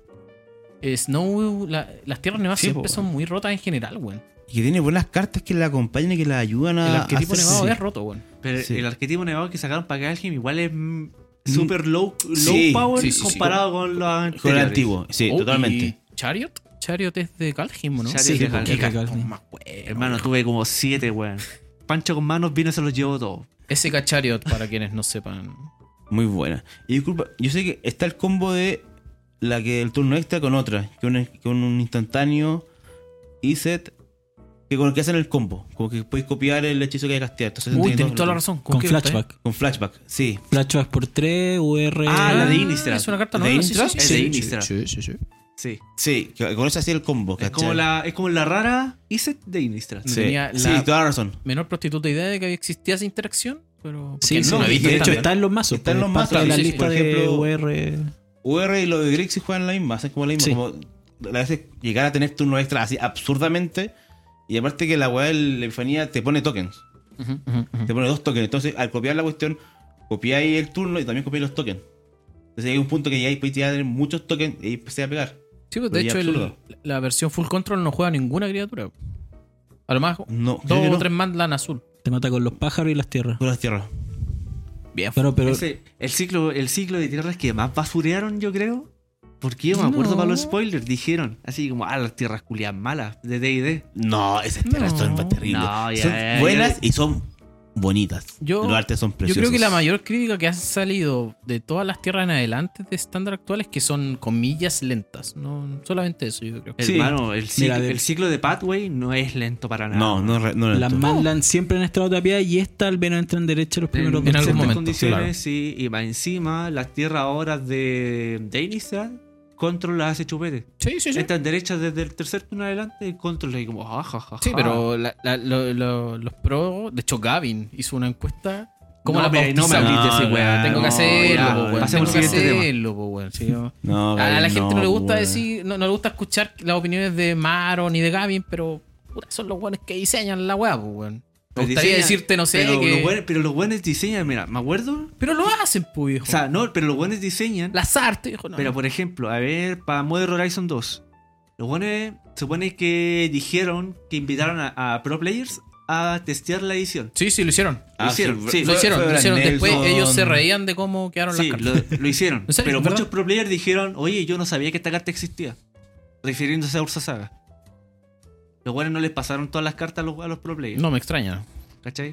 Eh, Snow, la- las tierras nevadas Sí, siempre po, son muy rotas en general, weón. Y que tiene buenas cartas que la acompañan y que la ayudan a. El arquetipo a hacer- nevado sí. es roto, weón. Pero Sí. el arquetipo nevado que sacaron para Kaldheim igual es mm, super low, low Sí, power sí, sí, sí. comparado con los Con el anteriores. antiguo, sí, Oh, totalmente. ¿y Chariot? Chariot es de Kaldheim, ¿no? Chariot Sí, es de porque Kaldheim. es de Kaldheim. Más bueno, Hermano, tuve como siete, weón. Pancho con manos vino y se los llevó todos. S K Chariot, para quienes no sepan. Muy buena. Y disculpa, yo sé que está el combo de la que el turno extra con otra, que un, con un instantáneo Iset, que con el que hacen el combo. Como que podéis copiar el hechizo que hay que castear. Entonces, Uy, tiene tenés dos- toda la razón. Con qué carta, flashback. Con flashback, sí. Flashback por tres, U R. Ah, la de eh? Innistrad. Es una carta ¿De nueva. sí, Innistrad? sí, Es sí, de sí, Innistrad. sí, sí, sí. Sí. Sí, que con eso hacía el combo. Es ¿cachai? como la, es como la rara Iset de Innistrad. Sí. Sí, tenía sí, la- toda la razón. Menor prostituta idea de que existía esa interacción, pero... Sí, porque sí, no la he de visto hecho también. está en los mazos. Está en pues, los parte mazos, de la sí, sí, lista por de ejemplo, U R. U R y lo de Grixis juegan la misma, hacen como la misma. Sí. Como a veces llegar a tener turno extra así absurdamente. Y aparte que la weá de la epifanía te pone tokens. Ujú, ujú, ujú. Te pone dos tokens. Entonces, al copiar la cuestión, copiáis el turno y también copiáis los tokens. Entonces hay un punto que ya podéis tener muchos tokens y empecé a pegar. Sí, pues de Pero ya hecho el- absurdo. la versión full control no juega ninguna criatura. A lo más No, dos creo que o no. tres mandlan azul. Te mata con los pájaros y las tierras. Con las tierras. Bien. Pero, pero Ese- el, ciclo, el ciclo de tierras que más basurearon, yo creo. Porque yo me acuerdo No. para los spoilers, dijeron así como, ah, las tierras culiadas malas de D y D. No, esas tierras No. son terribles. No, ya, son ya, buenas ya. y son bonitas. Yo- Los artes son Yo preciosos. creo que la mayor crítica que ha salido de todas las tierras en adelante de estándar actual es que son comillas lentas. No solamente eso, yo creo. Sí. Hermano, el ciclo, Mira, de- el ciclo de Pathway no es lento para nada. No, no, es re- no es las lento. Madland siempre han estado tapiadas y esta al menos entra en derecha los primeros en, dos en algún ciertas turnos. momento, condiciones, claro. sí. Y más encima, las tierras ahora de, de Innistrad, Control las hace chupete. Sí, sí, sí. Están derechas desde el tercer turno adelante, Control ahí como, ah, ja, ja, ja. Sí, pero la- la- lo- lo- los pros, de hecho Gavin hizo una encuesta. ¿Cómo No la me- no me bautizamos? hables de ese weá, Tengo no, que hacerlo, ya, po, weón. pasemos Tengo al que siguiente tema. hacerlo, po, weón. Sí, yo- No, a la Gabriel, gente no, le gusta weón. decir, no, no le gusta escuchar las opiniones de Maro ni de Gavin, pero puta, son los buenos que diseñan la weá, po, weón. Me Pero gustaría diseñan- decirte, no sé, pero que... Los buenos, pero los buenos diseñan, mira, me acuerdo. Pero lo hacen, pues, viejo. O sea, no, pero los buenos diseñan. las artes, viejo, no. Pero por ejemplo, a ver, para Modern Horizon dos, los buenos se supone que dijeron que invitaron a, a pro players a testear la edición. Sí, sí, lo hicieron. Lo hicieron, sí, Lo fue- hicieron, fue lo Brad hicieron. Después Nelson. ellos se reían de cómo quedaron Sí, las lo, cartas. lo hicieron. ¿En serio? Pero ¿Verdad? muchos pro players dijeron, oye, yo no sabía que esta carta existía. Refiriéndose a Ursa Saga. Los buenos no les pasaron todas las cartas a los, a los pro players. No me extraña. ¿Cachai?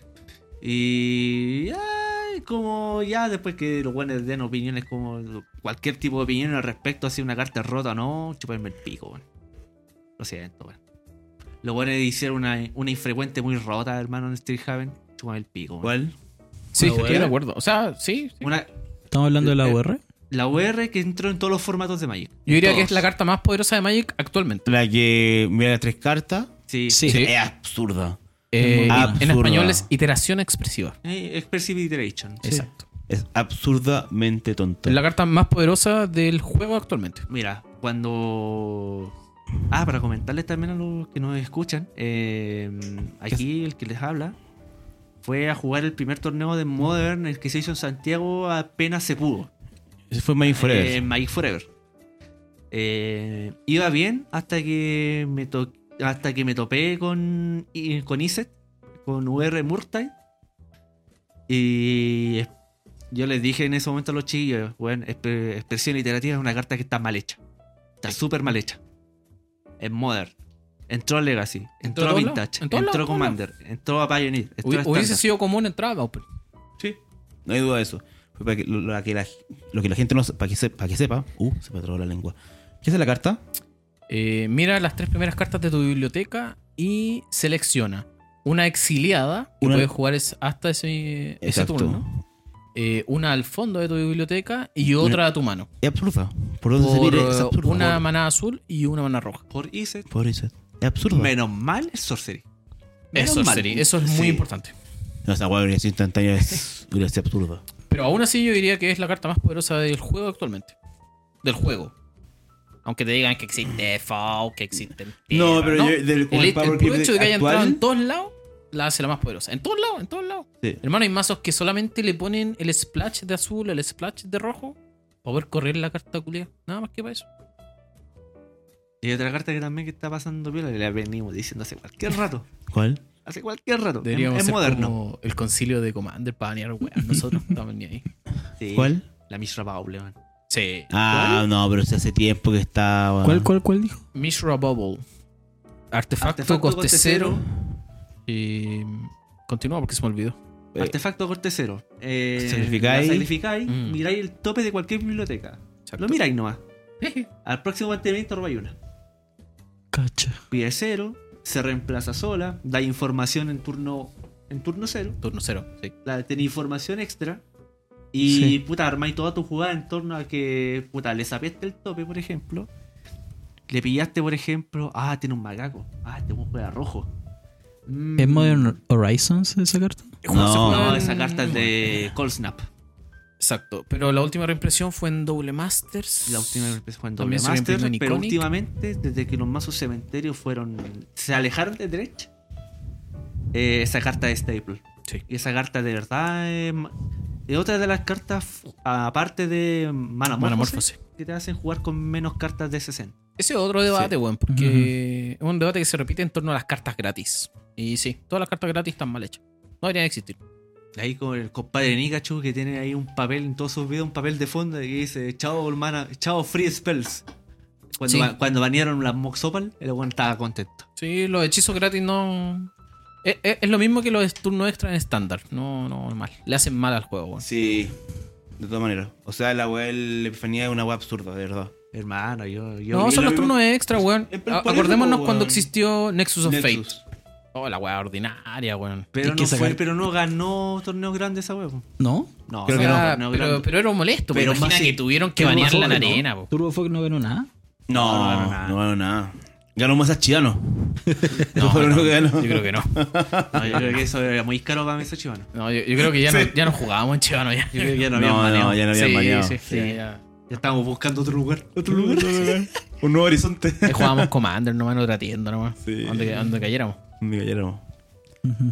Y ay, como ya después que los buenos den opiniones como cualquier tipo de opinión al respecto a si una carta es rota o no, chuparme el pico, weón. Lo siento, weón. Los buenos hicieron una, una infrecuente muy rota, hermano, en Strixhaven, chuparme el pico, weón. ¿Cuál? Sí, ¿La estoy U R? de acuerdo. O sea, sí. sí. Una, Estamos hablando de la Eh, U R. la U R que entró en todos los formatos de Magic. Yo diría que Todos. es la carta más poderosa de Magic actualmente. La que mira las tres cartas. Sí. Sí. Sí. Es absurda. Eh, en Absurda. español es iteración expresiva. Eh, Expressive Iteration. Exacto. Es absurdamente tonta. Es la carta más poderosa del juego actualmente. Mira, cuando... Ah, para comentarles también a los que nos escuchan, eh, aquí el que les habla fue a jugar el primer torneo de Modern, el que se hizo en Santiago apenas se pudo. Ese fue Magic Forever. Eh, Magic Forever. Eh, iba bien hasta que me to- hasta que me topé con, y- con Iset, con U R Murktide. Y es- yo les dije en ese momento a los chiquillos, bueno, exp- expresión iterativa es una carta que está mal hecha. Está súper mal hecha. Es Modern. Entró a Legacy, ¿En entró a todos Vintage, lados? ¿En todos entró a lados? Commander, entró a Pioneer, entró a Hubi- Hubiese Standard. sido común entrar a Pauper. Sí. No hay duda de eso. Fue para que, lo, lo que la, lo que la gente no se- para que, se- para que sepa. Uh, se me trabó la lengua. ¿Qué es la carta? Eh, mira las tres primeras cartas de tu biblioteca y selecciona una exiliada, que Una- puedes jugar es- hasta ese, ese Exacto. turno. Eh, una al fondo de tu biblioteca y otra a tu mano. Es absurda. ¿Por dónde se Por mire? Es eh, absurda. una Por- mana azul y una mana roja. Por Iset. por eso. Es absurdo. Menos mal es Sorcery. Es Menos mal. sorcery, eso es muy Sí. importante. No, esa hueá hubiera sido instantánea. Es, hubiera sido absurda. Pero aún así yo diría que es la carta más poderosa del juego actualmente. Del juego. Aunque te digan que existe Fau, que existe... No, pero yo- del- con el, el el Power puro Creep hecho de que haya actual- entrado en todos lados, la hace la más poderosa. En todos lados, en todos lados. Sí. Hermano, hay mazos que solamente le ponen el splash de azul, el splash de rojo, para poder correr la carta culia. Nada más que para eso. Y hay otra carta que también que está pasando piola, que la venimos diciendo hace cualquier rato. ¿Cuál? Hace cualquier rato. Deberíamos es, es ser moderno. como el concilio de Commander para banear weas. Nosotros no estamos ni ahí. Sí. ¿Cuál? La Mishra Bauble, man. Sí. Ah, no, pero si hace tiempo que está. ¿Cuál, cuál, cuál dijo? Mishra Bubble. Artefacto, Artefacto coste coste cero. cero. Y. Continúa porque se me olvidó. Eh, Artefacto corte cero. Eh, Sacrificáis. la sacrificáis, Mm. miráis el tope de cualquier biblioteca. Exacto. Lo miráis nomás. Al próximo mantenimiento robáis una. Cacha. Pide cero, se reemplaza sola, da información en turno en turno cero, Turno cero, sí. la, tiene información extra. Y Sí. puta, armáis toda tu jugada en torno a que, puta, le sapiaste el tope, por ejemplo. Le pillaste, por ejemplo, ah, tiene un macaco. Ah, este un juega rojo. Mm, ¿Es Modern Horizons esa carta? El juego No. se juega No, en- esa carta es de Cold Snap. Exacto. Pero la última reimpresión fue en Double Masters. La última vez fue en También Doble se reimprimió Master, en pero Iconic. últimamente, desde que los mazos cementerios fueron. Se alejaron de Dredge, eh, esa carta es Staple. Sí. Y esa carta de verdad es, ma- es otra de las cartas, aparte de Manamorphose, Manamorphose. que te hacen jugar con menos cartas de sesenta. Ese es otro debate, weón, porque es un debate que se repite en torno a las cartas gratis. Y sí, todas las cartas gratis están mal hechas. No deberían existir. Ahí con el compadre Nikachu que tiene ahí un papel en todos sus videos, un papel de fondo que dice chao, mana, chao free spells. Cuando, Sí. ba- cuando banearon las Moxopal, el weón estaba contento. Sí, los hechizos gratis no. Es, es- es lo mismo que los turnos extra en estándar. No, no, mal. Le hacen mal al juego, weón. Sí, de todas maneras. O sea, la weá de la epifanía es una weá absurda, de verdad. Hermano, yo. yo No, y son lo los mismo- turnos extra, weón. Eh, pero A- por eso, Acordémonos weón. cuando existió Nexus of Nexus. Fate. Oh, la weá ordinaria, weón. Pero Hay que no, sacar- fue, pero no ganó torneos grandes esa weón. ¿No? No, Creo O que sea, no, torneo pero, grande. pero era molesto, pero Pero imagina más que si- tuvieron que Turbo banearla en Fog, ¿no? arena, po. Turbofox no ganó nada. No, No, no no, ganó no, nada. no. No ganó nada. Ganó Mesa Chivano. No, fue lo no, único que ganó. Yo creo que no. No, yo creo que eso era muy caro para Mesa Chivano. No, yo, yo creo que ya, no, ya no jugábamos en Chivano ya. Yo creo que ya no No, habían no, baneado. ya no habían sí, baneado. sí, Sí. ya, ya. Ya estábamos buscando otro lugar. Otro lugar. Un nuevo horizonte. Ahí jugábamos Commander nomás en otra tienda nomás. Sí. Donde, donde cayéramos. Mira, ya éramos. Ujú.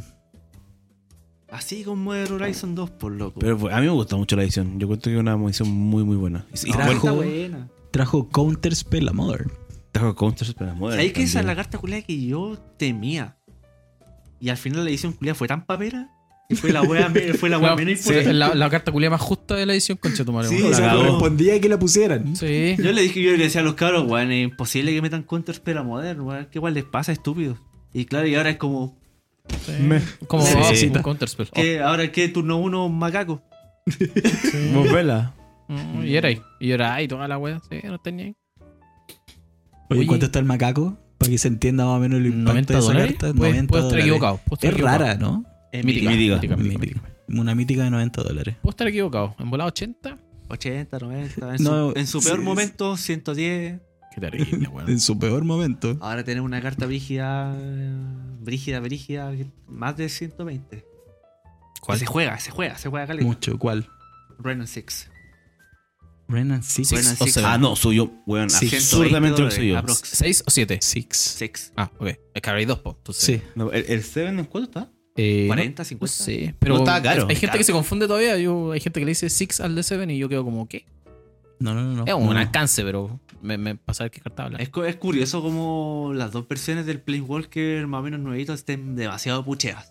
Así con Modern Horizon dos, por loco. Pero fue- a mí me gusta mucho la edición. Yo cuento que es una edición muy, muy buena. Y, y No, trajo, está buena. Trajo Counterspell a Modern. trajo counters para Modern. ¿Sabes que esa es también. la carta culiada que yo temía? Y al final la edición culiada fue tan papera que fue la wea, me- fue la wea Claro, menos sí, importante. la, la carta culia más justa de la edición, concha tu madre. Sí, weón. o sea, correspondía que la pusieran. Sí. Yo le dije, yo le decía a los cabros, weón, es imposible que metan Counterspell a Modern, weón. ¿Qué igual les pasa, estúpidos? Y claro, y ahora es como, Sí. Me- Como Sí. oh, Sí. un Counterspell. ¿qué? ¿Ahora qué? ¿Turno uno macaco? Vos vela. Oh. Mm, y era ahí. Y era ahí toda la wea. Sí, no tenía ahí. Oye, Oye. ¿cuánto está el macaco? Para que se entienda más o menos el impacto noventa de esa dólares. carta. Puede, noventa puede estar dólares. equivocado. puedo estar Es equivocado. rara, ¿no? Es Mítica. Mítica. mítica, mítica, Mítica. mítica. Una mítica de noventa dólares. Puedo estar equivocado. En volado ochenta. ochenta, noventa. En, No, su, en su peor sí, momento, ciento diez. Qué terrible, weón. En su peor momento. Ahora tenemos una carta brígida, eh, brígida, brígida, más de ciento veinte. ¿Cuál? Que Se juega, se juega, se juega caleta. Mucho. ¿Cuál? Renan six. Renan Six. Six Renan o Six. seven. Ah, no, soy yo. Weón, Sí. absurdamente lo que soy yo. Aprox. ¿seis o siete? Six. Six. Ah, ok. Es que ahora hay dos, po. Entonces, Sí. No, ¿El, el Seven en cuánto está? Eh, cuarenta, no- cincuenta. No sé, pero No, estaba caro. hay gente Caro. que se confunde todavía. Yo, hay gente que le dice six al D siete y yo quedo como, ¿qué? No, no, no. no. Es un No. alcance, pero me, me pasa a ver qué carta habla. Es, cu- es curioso como las dos versiones del Planeswalker más o menos nuevitos estén demasiado pucheas.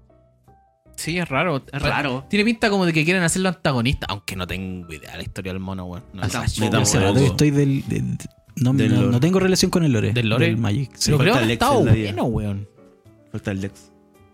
Sí, es raro. Es raro. Tiene pinta como de que quieren hacerlo antagonista, aunque no tengo idea de la historia del mono, weón. No, Ah, es tampoco. fácil. Hace rato que estoy del, de- de- No, Del no, lore. no tengo relación con el lore. ¿Del lore? Magic. sí. Pero creo falta que ha Lex estado en la vida. bueno, weón. Falta el Lex.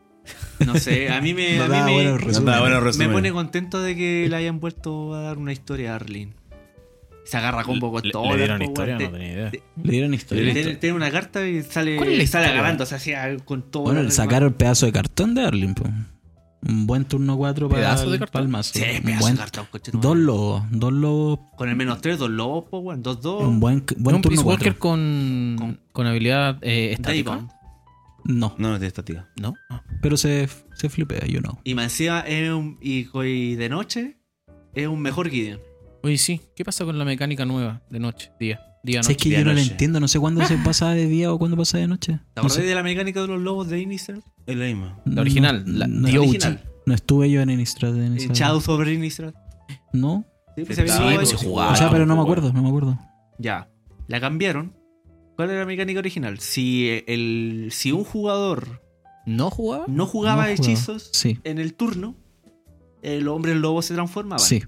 No sé, a mí me, No a da mí me, buenos No resúmenes. da bueno me resumen. pone contento de que le hayan vuelto a dar una historia a Arlene. Se agarra combo con Le- todo. ¿Le dieron historia? No Te- tenía idea. Le dieron historia. Tiene, tiene una carta y sale, ¿Cuál es la sale historia? agarrando, o sea, así, con todo. Bueno, la- le sacaron el pedazo de cartón de Arlene. po. Un buen turno cuatro para ¿Pedazo de el, cartón? para el mazo. Sí, un pedazo buen, de cartón, coche tu dos madre. lobos. Dos lobos. Con el menos tres, dos lobos, pues, weón. Dos, dos. Un buen, buen un turno Peace Walker cuatro. con, Con- con habilidad eh, estática. Daybond. No, No, no es de estática. ¿No? Ah. pero se, se flipea, you know. Y más encima es un. Y, co- y de noche es un mejor Gideon. Oye, sí. ¿Qué pasa con la mecánica nueva de noche? Día. Día, Si noche. es que día, yo no le noche. entiendo, no sé cuándo se pasa de día o cuándo pasa de noche. ¿Te No, acordás sé. de la mecánica de los lobos de Innistrad? Es la misma. La original, la- no, The no, O G. original. no estuve yo en Innistrad. en esa- Shadows over Innistrad. No, Sí, pues, Sí, había Sí, lobo pues de se noche. jugaba. o sea, pero no me tampoco. acuerdo, no me acuerdo. Ya. La cambiaron. ¿Cuál era la mecánica original? Si, el, si un jugador ¿No jugaba? no jugaba No jugaba. hechizos Sí, en el turno, el hombre lobo se transformaba. sí.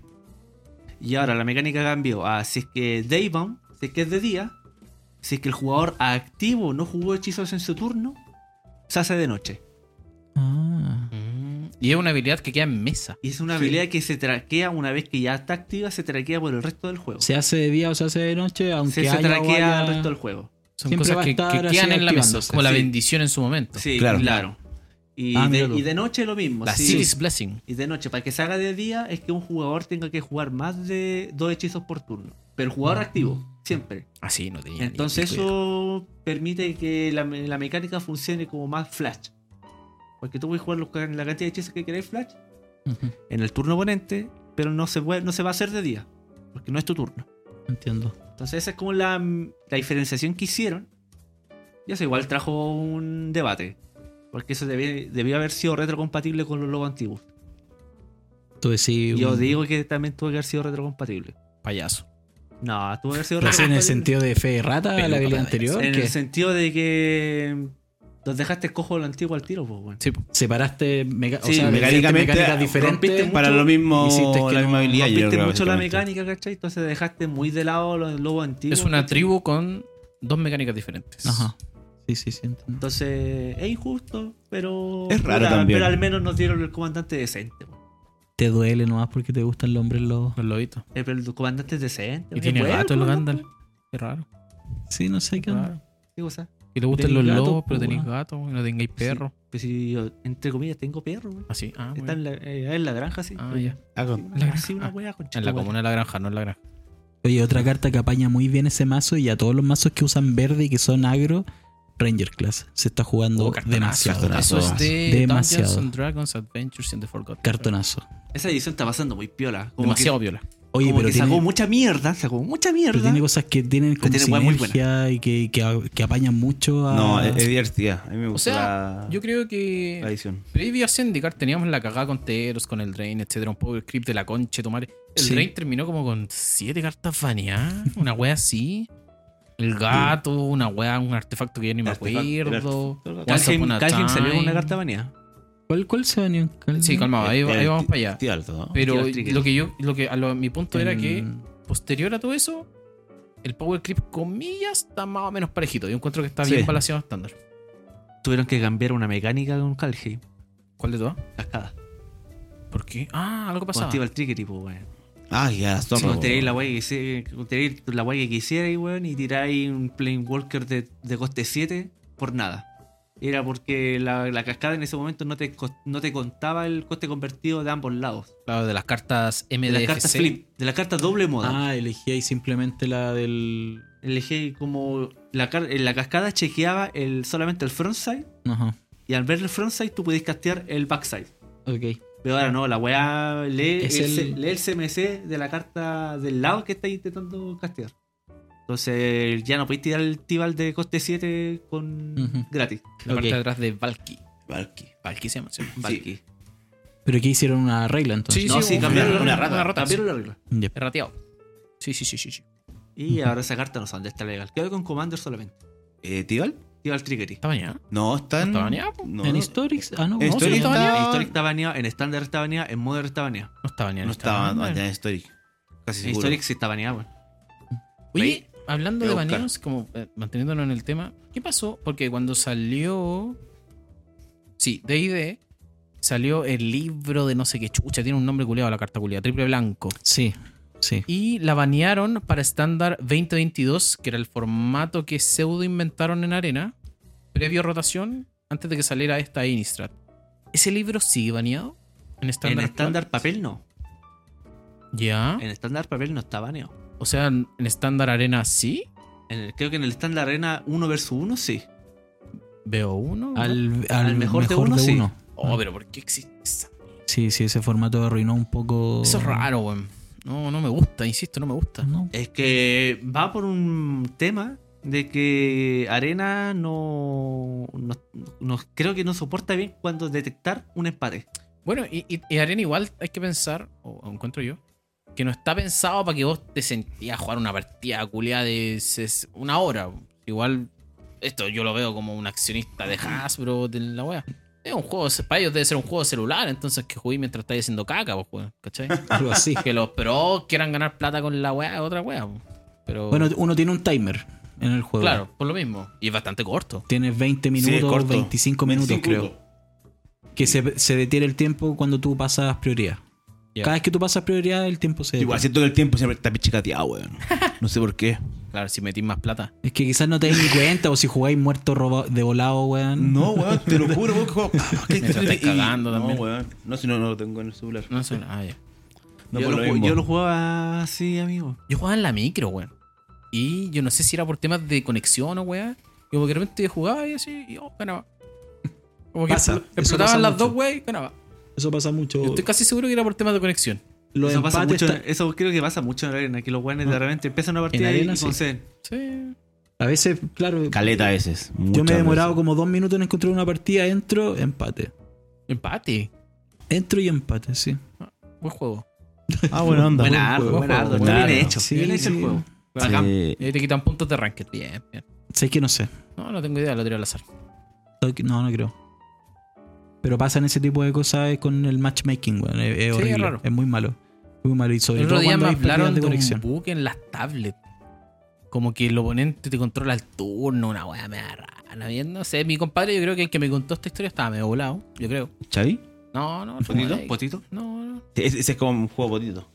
Y ahora la mecánica cambió a si es que Daybond, si es que es de día, si es que el jugador activo no jugó hechizos en su turno, se hace de noche. Ah, Mm, Y es una habilidad que queda en mesa. Y es una habilidad que se traquea una vez que ya está activa, se traquea por el resto del juego. se hace de día o se hace de noche, aunque Se, se haya o traquea haya- el resto del juego. Son Siempre va cosas a que, estar que así quedan en la mesa. activándose. Como la Sí. bendición en su momento. Sí, Claro. claro. Y, Ah, de, mira tú. y de noche lo mismo. La sí. City's Blessing. Y de noche, para que se haga de día, es que un jugador tenga que jugar más de dos hechizos por turno. Pero el jugador activo, siempre. Así no tenía ni Entonces pico idea. eso permite que la, la mecánica funcione como más flash. Porque tú puedes jugar los- la cantidad de hechizos que queráis flash Ujú, en el turno oponente, pero no se, puede, no se va a hacer de día. Porque no es tu turno. entiendo. Entonces esa es como la, la diferenciación que hicieron. Y eso igual trajo un debate. Porque eso debía, debió haber sido retrocompatible con los lobos antiguos. Tú decís. Yo un- digo que también tuvo que haber sido retrocompatible. Payaso. No, tuvo que haber sido ¿Lo haces en el retrocompatible. sentido de fe de rata, Peluca la habilidad para anterior? En que el sentido de que los dejaste cojo lo antiguo al tiro, pues bueno. Sí, po. separaste meca- o Sí, sea, mecánicamente mecánicas rompiste diferentes. mucho, Para lo mismo, hiciste que la no- misma habilidad. yo Rompiste creo, mucho la básicamente. mecánica, ¿cachai? Entonces dejaste muy de lado los lobos antiguos. Es una ¿cachai? tribu con dos mecánicas diferentes. Ajá. Sí, sí, sí. entiendo. Entonces es injusto, pero. Es raro pero, también. pero al menos nos dieron el comandante decente. pues. Te duele nomás porque te gustan los hombres lobos. Los lobitos. Eh, Pero el comandante es decente. Y es tiene bueno, gato el pues, Gandalf. pues. Qué raro. Sí, no sé qué onda. Raro. ¿Qué cosa? Y le gustan Tenéis los gato, lobos, pero po, tenéis weón. gato y no tengáis perro. Pues si yo, entre comillas, tengo perro, güey. Así. Ah, muy Está bien. en la, eh, en la granja, sí. Ah, ya. Ah, con- Una, La granja. así una Ah, wea, concha En la tu madre. comuna de la granja, no en la granja. Oye, otra carta que apaña muy bien ese mazo y a todos los mazos que usan verde y que son agro, Ranger Class. Se está jugando Oh, cartonazo, demasiado. cartonazo. Eso es de Demasiado. Dungeons and Dragons Adventures in the Forgotten. Cartonazo. Esa edición está pasando muy piola. Como Demasiado que, viola. Oye, como pero, que tiene, sacó mucha mierda, sacó mucha pero mierda. tiene cosas que tienen como tiene weas muy sinergia y que, que, que apañan mucho a... No, es, es divertida. A mí me O gusta sea, la, yo creo la que edición. previo a Zendikar teníamos la cagada con Teros, con el Drain, etcétera, un poco el creep de la concha, tomar. El Sí. Drain terminó como con siete cartas baneadas, una wea así. El gato, una wea, un artefacto que ya ni me Artefacto, acuerdo. el Once Calheim, Upon a Calheim salió con una Time. carta baneada. ¿Cuál, ¿Cuál se venía? Sí, calmado, ahí, El- ahí el vamos ti- para allá. tío alto, ¿no? Pero Tío Trigger. lo que yo, lo que a lo- mi punto era que En- posterior a todo eso, el Power Creep, comillas, está más o menos parejito. Yo encuentro que está Sí. bien balanceado estándar. Tuvieron que cambiar una mecánica con Calheim. ¿Cuál de todas? Cascada. ¿Por qué? Ah, algo Con pasaba. activa el trigger, tipo, weón. Ah, ya, las Si torres. vos tiráis la wea que quise- tiráis la wea que quisierais, weón, y tiráis un Planewalker de, de coste siete por nada. Era porque la, la cascada en ese momento no te, cos- no te contaba el coste convertido de ambos lados. Claro, de las cartas De las cartas M D F C. flip, de las cartas doble moda. Ah, elegí ahí simplemente la del... Elegí como la, car- en la cascada chequeaba el, solamente el frontside, Ajá, y al ver el frontside tú podías castear el backside. ok. Pero ahora no, la weá lee, Es el, el- C- lee el C M C de la carta del lado que estáis intentando castear. Entonces ya no podéis tirar el Tibal de coste siete con Ujú. gratis. La Ok. parte de atrás de Valky. Valky. Valky se llama. Sí. Valky. ¿Pero qué hicieron una regla entonces? Sí, No, sí, una- cambiaron una la rata, regla. una rata. Cambiaron la regla. Ya. Errateado. Sí, sí, sí, sí, sí. Y ahora esa carta no son de esta legal. Quedó con Commander solamente. Eh, ¿Tibal? Tibal Trickery. ¿Está bañada? No, está en... ¿Está baneado, po? No, ¿En no, Historics? Ah, no. En no, Historics sí, está está- baneado. En Historic está baneado, en Standard está baneado, en Modern está baneado. No está bañada. no estaba baneada en Historic. Casi En seguro. Historic sí está baneado, weón. Oye, hablando Voy de a buscar. baneos, como eh, manteniéndonos en el tema, ¿qué pasó? Porque cuando salió. Sí, D and D salió el libro de no sé qué chucha, tiene un nombre culiado la carta culiada, triple blanco. Sí, sí. Y la banearon para estándar veinte veintidós, que era el formato que pseudo inventaron en Arena, previo a rotación, antes de que saliera esta Innistrad. ¿Ese libro sigue baneado? En En estándar. estándar papel no. Ya. En estándar papel no está baneado. O sea, en estándar Arena sí. En el- creo que en el estándar arena uno versus uno sí. Veo uno. ¿no? Al, al Al mejor de uno, sí. Oh, pero ¿por qué existe esa? Sí, sí, ese formato arruinó un poco. Eso es raro, weón. No, no me gusta, insisto, no me gusta. ¿No? Es que va por un tema de que Arena no, no, no- creo que no soporta bien cuando detectar un empate. Bueno, y, y- y Arena igual hay que pensar, o o encuentro yo, que no está pensado para que vos te sentías a jugar una partida culiada de ses- una hora. Igual, esto yo lo veo como un accionista de Hasbro de la wea. Es un juego, para ellos debe ser un juego de celular, entonces que jugué mientras estáis haciendo caca, vos, weón, ¿cachai? Algo así. Que los pros quieran ganar plata con la wea, otra wea. po. Pero, Bueno, uno tiene un timer en el juego. claro, por lo mismo. Y es bastante corto. Tienes veinte Sí, es minutos, corto. veinticinco minutos, creo. Que se, se detiene el tiempo cuando tú pasas prioridad. Ya. Cada vez que tú pasas prioridad, el tiempo se Igual detiene. siento que el tiempo siempre está pichicateado, weón. No sé por qué. Claro, si metís más plata. Es que quizás no te das ni cuenta, o si jugáis muerto roba- de volado, weón. No, weón, te lo juro, weón. que juego- ¿Qué- Me estás y- cagando no, también. weón. No, si no, no lo tengo en el celular. No sé. Ah, ya. No, yo, por lo, lo ju- mismo. yo lo jugaba así, amigo. Yo jugaba en la micro, weón. Y yo no sé si era por temas de conexión o weón. Como que de repente yo jugaba y así, y oh, ganaba. Como que Pasa, expl- eso explotaban pasa las mucho. dos, weón, y ganaba. Eso pasa mucho. Yo estoy casi seguro que era por temas de conexión. Los Eso, pasa empates mucho, ta- eso creo que pasa mucho en Arena, que los guanes de repente empiezan una partida Arena, y sí. conceden. Sí. A veces, claro. Caleta a veces. Yo me he muchas demorado veces. como dos minutos en encontrar una partida, entro, empate. Empate. Entro y empate, sí. Buen juego. Ah, buena onda. Buena buen ardo, juego. buena ardo. Está Buena bien ardo. hecho. Sí, bien hecho el sí. juego. Bacán. Sí. Y ahí te quitan puntos de ranked. Bien, bien. Sé que no sé. No, no tengo idea, lo tiré al azar. No, no creo. Pero pasan ese tipo de cosas con el matchmaking, weón. Es, es Sí, horrible. es raro. Es muy malo. Muy malo. Y sobre El otro todo día cuando me hay pérdidas hablaron de de un conexión. bug en las tablets. Como que el oponente te controla el turno, una weá me da rara. Bien, no sé, mi compadre, yo creo que el que me contó esta historia estaba medio volado. Yo creo. ¿Chavi? No, no, ¿Potito? no, ¿Potito? no, no. Ese, ese es como un juego potito.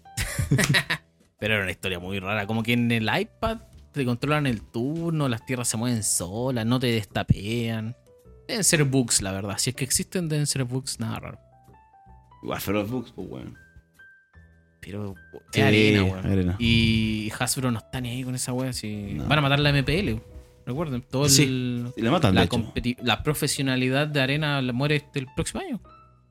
Pero era una historia muy rara. Como que en el iPad te controlan el turno, las tierras se mueven solas, no te destapean. Deben ser bugs, la verdad. Si es que existen, deben ser bugs, nada raro. Igual fue los bugs, pues, weón. Pero Sí, es arena, weón. arena. Y Hasbro no está ni ahí con esa weá. Si... No. Van a matar la M P L. Recuerden, todo el, Sí. Y le matan, de la, hecho. competi- la profesionalidad de arena la muere este el próximo año.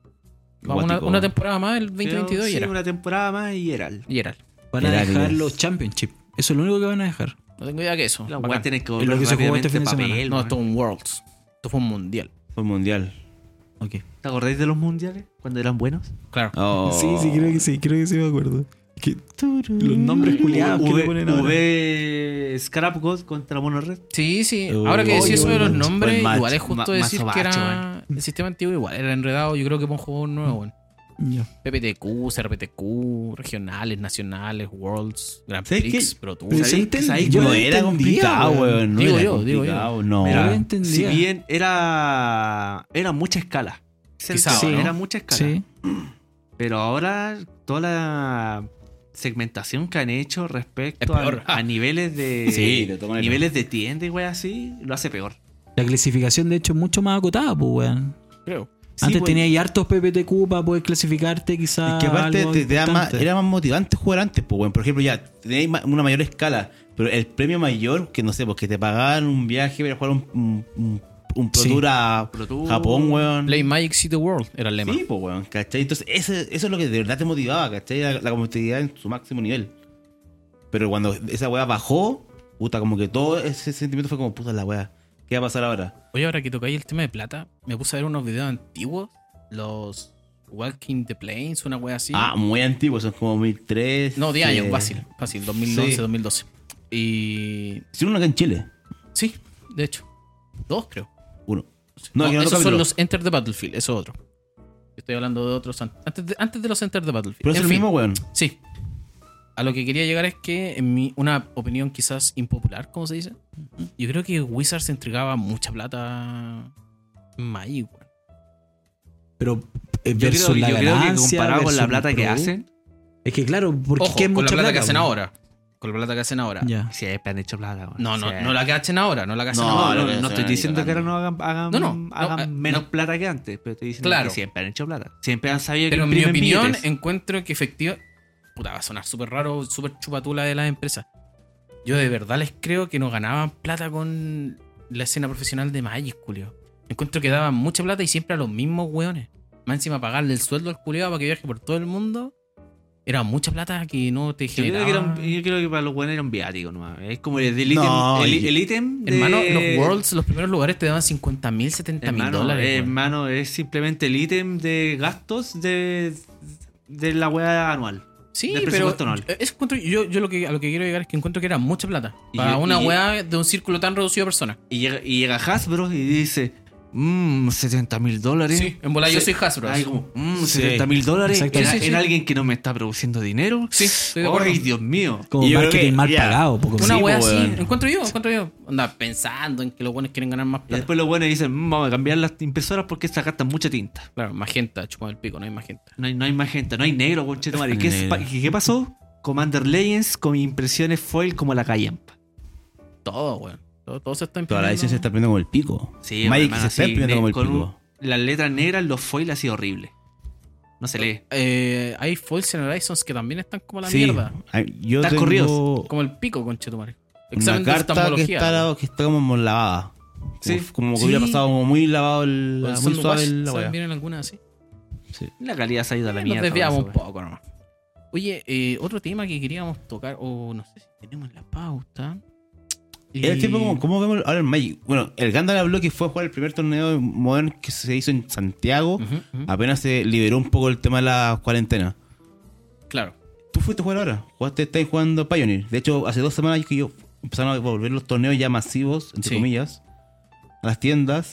Va una, Guático. una temporada más, el veinte veintidós y Sí, era. una temporada más y era. el- Y era. Van a Era dejar diez. los Championship. Eso es lo único que van a dejar. No tengo idea que eso. Los Bacán. guanes tienen que Es volver lo que se jugó este rápidamente fin de papel, semana. No, weón. esto es un Worlds. Esto fue un mundial. Fue mundial. Ok. ¿Te acordáis de los mundiales? Cuando eran buenos. Claro. Oh. Sí, sí, creo que sí. Creo que sí me acuerdo. Que- los nombres culiados que le ponen ahora. V Scrap God contra Mono Red. Sí, sí. Uh, Ahora que decía oye, eso de los buen match, nombres, buen match. igual es justo Ma- decir mazo que era macho, el sistema antiguo igual. Era enredado. Yo creo que para un juego nuevo, weón. Ya. P P T Q, C R P T Q, regionales, nacionales, Worlds, Grand ¿Sabes Prix, qué? Pro Tour. Pero ¿Sabes- se entendía, sabes? yo No lo era entendía, complicado, weón. No Digo era yo, digo yo. complicado. No. Pero Era- yo entendía. Si bien era. Era mucha escala. Ese es el Quizá, tema, ¿no? Era mucha escala. Sí. Pero ahora toda la segmentación que han hecho respecto Es peor. a, a niveles de. Sí, de todas maneras. niveles de tienda y wey así, lo hace peor. La clasificación, de hecho, es mucho más acotada, pues, weón. Creo. Sí, Antes pues. tenía ahí hartos P P T Q para poder clasificarte, quizás. Es que aparte algo te, te da más, importante. era más motivante jugar antes, pues, weón. Por ejemplo, ya tenéis ma- una mayor escala, pero el premio mayor, que no sé, porque te pagaban un viaje para jugar un, un, un, un Pro Sí. Tour a Pro Tour. Japón, weón. Play Magic See the World era el lema. Sí, pues, weón, ¿cachai? Entonces, ese, eso es lo que de verdad te motivaba, ¿cachai? La, la competitividad en su máximo nivel. Pero cuando esa weá bajó, puta, como que todo ese sentimiento fue como, puta, la weá, ¿qué va a pasar ahora? Oye, ahora que tocáis el tema de plata, me puse a ver unos videos antiguos. Los Walking the Plains, una wea así. Ah, muy antiguo, son como dos mil tres. no, diez años, eh, fácil. Fácil, dos mil once, sí. dos mil doce. Y. Hicieron uno acá en Chile, Sí, de hecho. Dos, creo. uno. No, No, que no esos son capítulo. los Enter the Battlefield, eso es otro. Estoy hablando de otros an- antes de, antes de los Enter the Battlefield. Pero es En el fin, mismo, weón. Sí. a lo que quería llegar es que, en mi, una opinión quizás impopular, ¿cómo se dice? Yo creo que Wizards entregaba mucha plata en Magic, weón. Pero eh, Yo versus creo, la yo creo que ganancia, comparado con versus la el plata que producto. hacen, Es que claro, porque Ojo, es con mucha la plata plata, que hacen weón. ahora. Con la plata que hacen ahora. Ya. siempre han hecho plata. weón. No, no, Sí. no la que hacen ahora, no la que hacen No, ahora. No, lo no, que no se estoy van diciendo que ahora ganando. no hagan, hagan, No, no, hagan no, eh, menos no. plata que antes, pero estoy diciendo Claro. que siempre han hecho plata. Siempre han sabido Pero que en mi imprimen opinión, billetes. encuentro que efectivamente. Puta, va a sonar súper raro, súper chupatula de las empresas. Yo de verdad les creo que no ganaban plata con la escena profesional de Magic, culio. Encuentro que daban mucha plata y siempre a los mismos weones. Más encima pagarle el sueldo al culiado para que viaje por todo el mundo. Era mucha plata que no te Yo creo, generaba. que era un- yo creo que para los buenos era un viático nomás. Es como el, el No, ítem. El, y- el ítem de- Hermano, los Worlds, los primeros lugares te daban cincuenta mil, setenta mil Hermano, dólares. eh, weón. hermano, es simplemente el ítem de gastos de, de la wea anual. Sí, del pero presupuesto anual. es encuentro, yo, yo lo que, a lo que quiero llegar es que encuentro que era mucha plata. Y Para yo- una y- weá de un círculo tan reducido de personas. Y llega, y llega Hasbro y dice: Mmm, setenta mil dólares. Sí, en bola yo Se- soy Hasbro. Ay, como, mmm, Sí. setenta mil dólares en, Exacto. Sí, sí, en sí. alguien que no me está produciendo dinero. Sí, estoy de acuerdo. Ay, Dios mío. Como Y yo creo marketing que- mal ya. pagado. Poco Una Sí, wea po, así, weón. encuentro yo, encuentro yo. Anda pensando en que los buenos quieren ganar más Y plata. después los buenos dicen: "Mm, vamos a cambiar las impresoras porque estas gastan mucha tinta. Claro, magenta, chupado el pico, no hay magenta. No hay, no hay magenta, no hay negro, conchetumare. ¿Qué, es Negro. pa- ¿Qué qué pasó? Commander Legends con impresiones foil como la callampa. Todo, weón. Todo, todo se está Toda imprimiendo. la edición se está poniendo como el pico. Sí, Magic hermano, se está así, imprimiendo ne- como el con pico. un- las letras negras, los foil así horrible. No se lee. Eh, hay Foils and Horizons que también están como la Sí, mierda. ay, yo Estás tengo corridos. Como el pico, conchetumare. una Examen de carta que oftalmología. está, que está como lavada. Sí. Como, como que Sí. hubiera pasado como muy lavado el, Con muy Sunwash, suave el- la ¿saben? wea. Vienen algunas así. Sí. La calidad se ha ido a la Nos mierda. desviamos con un eso, poco nomás. Oye, eh, otro tema que queríamos tocar, o no sé si tenemos en la pauta. Era el tiempo como, ¿cómo vemos ahora el Magic? Bueno, el Gandalf habló que fue a jugar el primer torneo Modern que se hizo en Santiago. Ujú, ujú. Apenas se liberó un poco el tema de la cuarentena. Claro. ¿Tú fuiste a jugar ahora? ¿Jugaste, estáis jugando Pioneer? De hecho, hace dos semanas que yo empezaron a volver los torneos ya masivos, entre Sí. comillas, a las tiendas.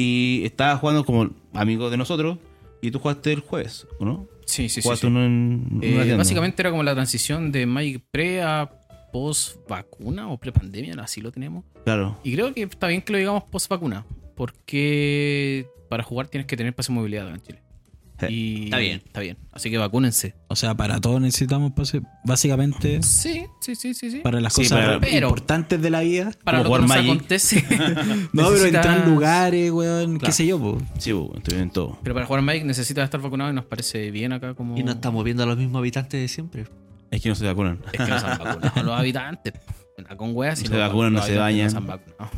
Y estaba jugando como amigos de nosotros. Y tú jugaste el jueves, ¿o no? Sí, sí, sí. Jugaste sí. uno en, en Eh, una tienda. básicamente era como la transición de Magic pre a post vacuna o pre pandemia, así lo tenemos. Claro. Y creo que está bien que lo digamos post vacuna, porque para jugar tienes que tener pase de movilidad acá en Chile. Sí. Y Está bien. Está bien. Así que vacúnense. O sea, para todos necesitamos pase. Básicamente, Sí, sí, sí, sí, sí. para las Sí, cosas para- pero- importantes de la vida. Para como lo que jugar nos Magic. acontece. No, pero necesitas- entrar en lugares, weón, qué Claro. sé yo, po. Sí, bueno, estoy bien todo. Pero para jugar Magic necesitas estar vacunado y nos parece bien acá como... Y no estamos viendo a los mismos habitantes de siempre. Es que no se vacunan. Es que no se han vacunado los habitantes. Con weas y No se los- vacunan, los no se habitantes bañan. No se han vacunado.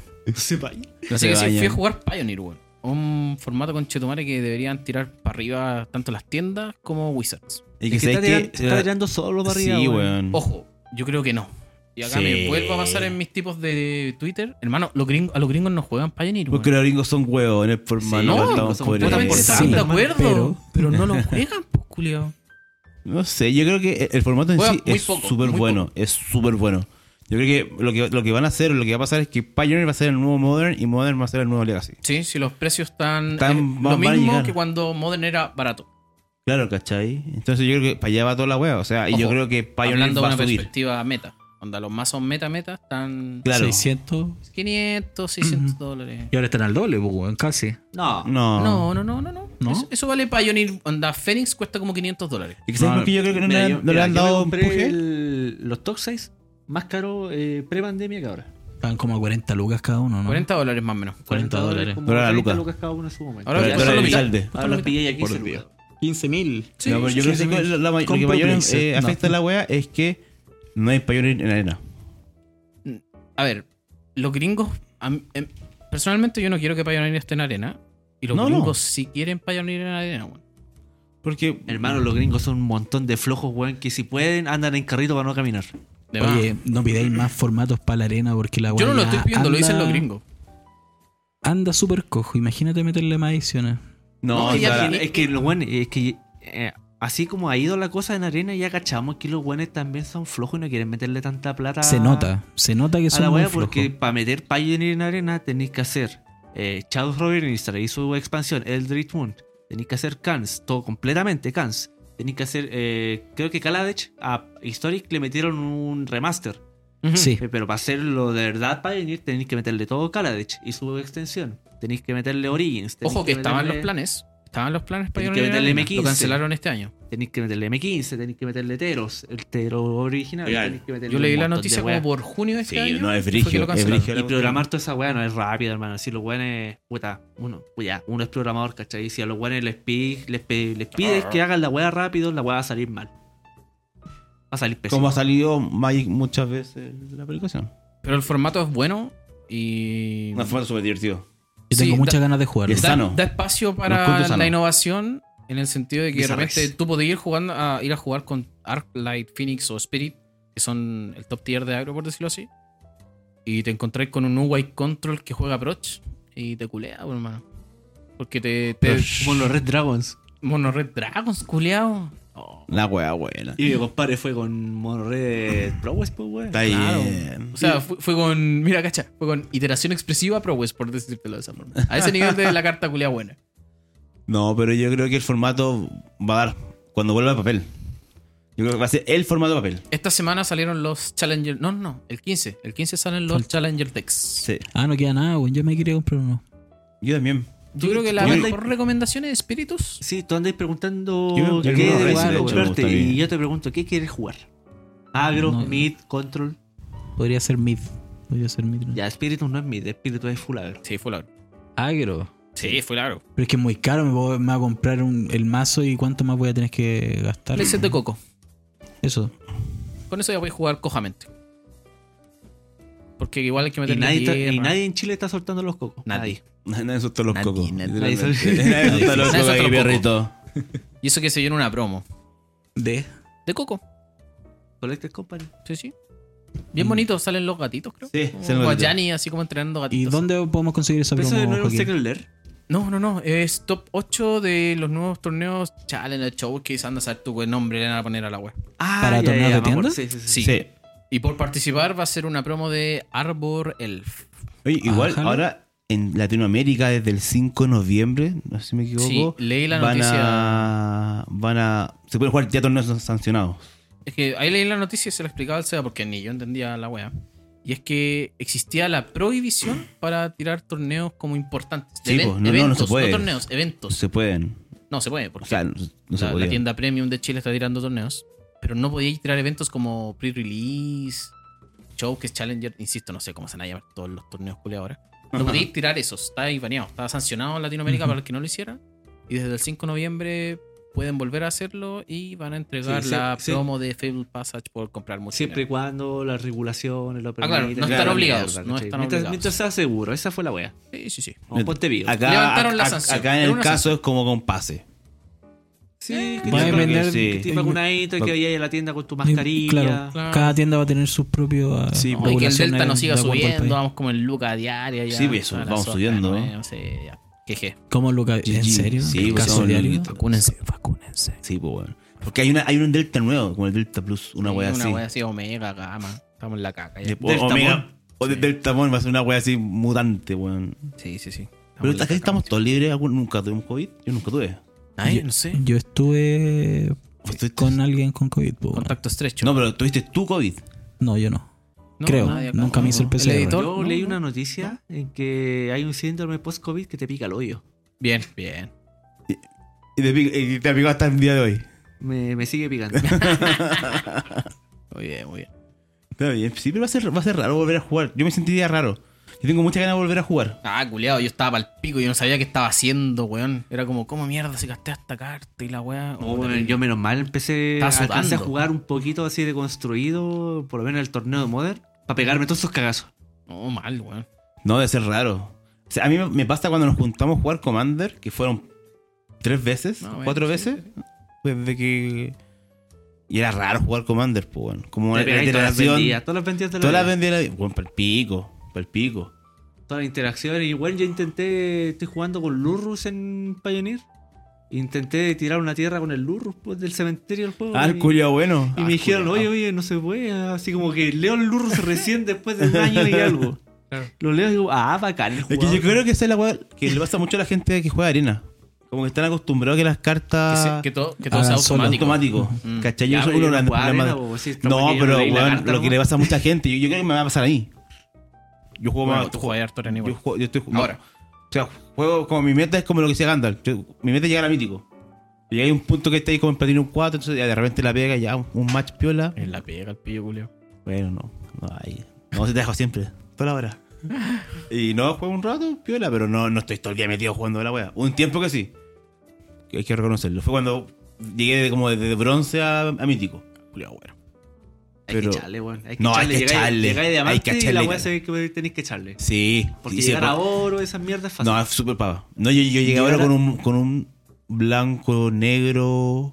No Así se que sí, fui a bañan. jugar Pioneer, weón. Un formato con Chetumare que deberían tirar para arriba tanto las tiendas como Wizards. Y que Es que está, sabes tirando, que. está tirando solo para arriba. Sí, weón. weón. Ojo, yo creo que no. Y acá Sí. me vuelvo a pasar en mis tipos de Twitter. Hermano, los gringos, a los gringos no juegan Pioneer, weón. Porque los gringos son huevones por Sí, mano. no, faltamos gringos son poderes. putas Totalmente por estoy de tanto, acuerdo, pero- pero, no lo juegan, pues, culiao. No sé, yo creo que el formato en Juega sí muy es poco, súper muy bueno. poco. Es súper bueno. Yo creo que lo, que lo que van a hacer, lo que va a pasar es que Pioneer va a ser el nuevo Modern y Modern va a ser el nuevo Legacy. Sí, si los precios están... Tan- eh, van- lo van a mismo llegar. que cuando Modern era barato. Claro, ¿cachai? Entonces yo creo que para allá va toda la wea. O sea, y yo Ojo, creo que Pioneer Hablando de va a una subir. perspectiva meta. Onda, los mazos meta meta están Claro. seiscientos. quinientos, seiscientos dólares. Y ahora están al doble, pues, weón, casi. No. No. No, no, no, no, no. ¿No? Eso, eso vale Pioneer. Onda, Phoenix cuesta como quinientos dólares. ¿Y que sabes No, por qué yo creo que no, Mira, le, yo- han- no le mira, han yo me dado compré empuje? el- los top seis más caros eh, pre-pandemia que ahora. Están como a cuarenta lucas cada uno, ¿no? cuarenta dólares más o menos. cuarenta dólares. como Dólar a treinta Lucas. lucas cada uno en su momento. Ahora Dólar- son dólar lo de mitad. salde. Ahora los pillé aquí Por se día. lucas. quince mil. Sí, No, pero yo sí, creo sí, que sí. la- la- lo que Compro mayor Blizzard. eh, No. afecta a la wea es que no hay Pioneer en arena. A ver, los gringos. a mí- em, personalmente, yo no quiero que Pioneer esté en arena. Y los No, gringos no. sí quieren Pioneer en arena, weón. Porque Hermano, los gringos son un montón de flojos, weón, que si pueden andan en carrito para no caminar. De más. Oye, no pidáis más formatos para la arena porque la yo no lo weá estoy pidiendo, lo dicen anda- los gringos. Anda súper cojo. Imagínate meterle más ediciones. no, No, o que ya sea, tiene- es que los weones, es que eh, así como ha ido la cosa en arena, ya cachamos que los weones también son flojos y no quieren meterle tanta plata Se nota. Se nota que a son la muy wea flojos. porque para meter Pioneer en arena tenéis que hacer eh, Shadow Robber y su expansión, Eldritch Moon. Tenéis que hacer cans, todo completamente cans. Tenéis que hacer. Eh, creo que Kaladesh a Historic le metieron un remaster. Ujú. Sí. Eh, Pero para hacerlo de verdad, Pioneer, tenéis que meterle todo Kaladesh y su extensión. Tenéis que meterle Origins. tenéis Ojo que estaban meterle- los planes. Estaban los planes para Tenéis que Pioneer meterle Arena. M quince. Lo cancelaron este año. Tenéis que meterle M quince, tenéis que meterle Teros, el Tero original. Oigan, tenéis que meterle Yo leí un la montón noticia de como weas. por junio de este Sí, año. no, es y fue que brigio, lo es cancelaron. brigio. Y programar toda esa weá no es rápido, hermano. Si los weones, puta, uno, pues ya, uno es programador, ¿cachai? Si a los weones les, pi- les, pe- les pides que hagan la weá rápido, la weá va a salir mal. Va a salir pésimo. Como ha salido Magic muchas veces de la aplicación. Pero el formato es bueno y. Una forma súper divertido. Yo tengo Sí, muchas da- ganas de jugarlo. Es da, sano. da espacio Lo para encuentro sano. la innovación en el sentido de que de Bizarrex. repente tú podías ir jugando a ir a jugar con Arclight, Phoenix o Spirit, que son el top tier de agro, por decirlo así. Y te encontráis con un U-Wide Control que juega Proch y te culea, pues, hermano. Porque te. te Como los Red Dragons. Mono Red Dragons, culeado. Oh, La wea buena. Y mi compadre fue con Mono Red Prowess, pues weón. Está claro. bien. O sea, fue, fue con. Mira, cacha. Fue con iteración expresiva Pro West, por decírtelo de esa forma. A ese nivel de la carta culeada buena. No, pero yo creo que el formato va a dar cuando vuelva el papel. Yo creo que va a ser el formato de papel. Esta semana salieron los Challenger. No, no, no. El quince. El quince salen los Challenger Decks. Sí. Ah, no queda nada, weón. Yo me quería comprar uno. Yo también. Yo creo que la Yo- mejor recomendación es Spiritus. Sí, tú andáis preguntando Yo- qué yo creo que debes sí, de hecho, me comprarte. gusta a mí. Y yo te pregunto, ¿qué quieres jugar? Agro, No. mid, control. Podría ser mid. Podría ser mid. ¿no? Ya, Spiritus no es mid, Spiritus es full agro. Sí, fue largo. Agro. Sí, fue largo. Pero es que es muy caro. Me voy, me voy a comprar un- el mazo y cuánto más voy a tener que gastar. Playset de coco. Eso. Con eso ya voy a jugar cojamente. Porque igual hay que Y meterle nadie, está- tierra. y nadie en Chile está soltando los cocos. Nadie. Nadie soltó los Nadie, cocos. nadie. literalmente. Nadie soltó los Nadie cocos soltó ahí, los perrito. Y eso que se viene una promo. De. De coco. Collected Company. Sí, sí. Bien bonito, salen los gatitos, creo. Sí, Como salen los gatitos. Guayani, así como entrenando ¿Y gatitos. dónde podemos conseguir esa ¿Pero promo, eso no era un Joaquín? Secret Lair? No, no, no. Es top ocho de los nuevos torneos Challenge Show que anda a saber tu buen nombre le van a poner a la web. Ah, ¿Para torneos de me acuerdo. tienda? Sí, sí, sí. Sí. Sí. Y por participar va a ser una promo de Arbor Elf. Oye, igual Ájale. ahora en Latinoamérica desde el cinco de noviembre, no sé si me equivoco, Sí, leí la van noticia. a van a se pueden jugar ya torneos sancionados. Es que ahí leí la noticia y se lo explicaba al Seba porque ni yo entendía la wea. Y es que existía la prohibición para tirar torneos como importantes. De Sí, even- pues, no, no, no eventos, se puede. torneos, No eventos. se pueden. No se puede, O porque sea, no, no se la, podía. la tienda premium de Chile está tirando torneos. Pero no podíais tirar eventos como pre-release, showcase, challenger. Insisto, no sé cómo se van a llamar todos los torneos culiados ahora. No podíais tirar esos, está ahí baneado. Estaba sancionado en Latinoamérica para el que no lo hiciera. Y desde el cinco de noviembre pueden volver a hacerlo y van a entregar Sí, sí, la sí. promo de Fable Passage por comprar mucho. Siempre y dinero. cuando las regulaciones lo Ah, claro, permitan. no están Claro, obligados, mierda, no ¿cachai? están mientras, obligados. mientras sea seguro, esa fue la wea. Sí, sí, sí. Como ponte vivo. Acá, Levantaron la acá- sanción. acá en Era el una caso sanción. es como con pase. Sí, Eh, que va a te- depender- que sí. te vacunadito y que vayas a la tienda con tu Y, mascarilla. Claro, Claro. cada tienda va a tener sus propios. Sí, No, y que el Delta no regulaciones siga de acuerdo al subiendo, país. vamos como en Luca diaria ya. Sí, pues eso, Para vamos la subiendo. zorra, No sé, ya. Jeje. ¿Cómo Luca? ¿En G G. serio? Sí, ¿En pues, caso no, diario? no, Vacúnense, vacúnense. Sí, pues bueno. Porque hay una hay un Delta nuevo, como el Delta Plus, una Sí, wea Una así. wea así, Omega, Gamma. Estamos en la caca. ya. De- o- Delta Omega Mon. o de Sí. Delta Mon va a ser una wea así mutante, weón. Sí, sí, sí. Pero en la acá caca, estamos mucho. todos libres, ¿algún- nunca tuvimos COVID. Yo nunca tuve. Ay, Yo- no sé. Yo estuve ¿O estuviste- con alguien con COVID. pues, bueno. Contacto estrecho. No, pero tuviste tú COVID. No, yo no. No, creo, nadie acá. nunca me hice el P C R. editor, Yo no, leí no. una noticia en que hay un síndrome post-COVID que te pica el hoyo. Bien, bien. Y te, pico- y te picó hasta el día de hoy. Me, me sigue picando. Muy bien, muy bien. Está bien. Sí, pero va a ser, va a ser raro volver a jugar. Yo me sentiría raro. Yo tengo muchas ganas de volver a jugar. Ah, culiado, yo estaba para el pico, yo no sabía qué estaba haciendo, weón. Era como, ¿cómo mierda se gasté esta carta y la weá? No, bueno, yo menos mal empecé Estaba alcancé a sudando. jugar un poquito así de construido, por lo menos el torneo de Modern, para pegarme todos esos cagazos. No, mal, weón. No, debe ser raro. O sea, a mí me- me pasa cuando nos juntamos a jugar Commander, que fueron tres veces, No, bueno, cuatro sí, veces, sí, sí. desde que... Y era raro jugar Commander, pues, bueno. Como Te la pegáis todas las iteración... vendidas, todas las vendidas de la Todas las vida. vendían... Bueno, para el pico, para el pico. Todas las interacciones. Igual yo intenté, estoy jugando con Lurrus en Pioneer. Intenté tirar una tierra con el Lurrus pues, del cementerio del juego. Ah, el y, culiao bueno. y me dijeron, oye, oye, no se puede. Así como que leo el Lurrus recién después de un año y algo. Claro. Lo leo y digo, ah, bacán el Es que jugador. yo creo que esa es la weá que le pasa mucho a la gente que juega arena. como que están acostumbrados a que las Que, cartas... se- que todo, que todo Ah, sea solo. automático. automático. Mm. ¿Cachai? Ya, Yo soy pero uno de yo los no puedo problemas- arena, po, si esta No, weá que yo pero leí la weón, carta, lo ¿no? que le pasa a mucha gente, yo, yo creo que me va a pasar a mí. Yo juego Bueno, más... tú juegas harto arena yo, igual. juego- yo estoy Ahora. no, o sea, juego como mi meta es como lo que decía Gandalf. Yo- mi meta es llegar a mítico. Y hay un punto que está ahí como en Platinum cuatro, entonces ya de repente la pega, ya un, un match piola. En la pega el pillo, culio. Bueno, no. No, ahí. No, se te dejo siempre. Toda la hora. Y no, juego un rato, piola, pero no, no estoy todo el día metido jugando a la wea. Un tiempo que sí. Que hay que reconocerlo. Fue cuando llegué de, como de bronce a, a mítico. Culiao, bueno. Hay Pero- que echarle, weón. Hay que No, hay echarle. que Llegáis- echarle. Llegáis de Hay diamante que y echarle. la weá se ve que tenéis que echarle. Sí. Porque sí, llegar sí, a pues. oro, esas mierdas es fácil. No, es súper pava. No, yo, yo llegué Llegar ahora a- con un, con un blanco, negro.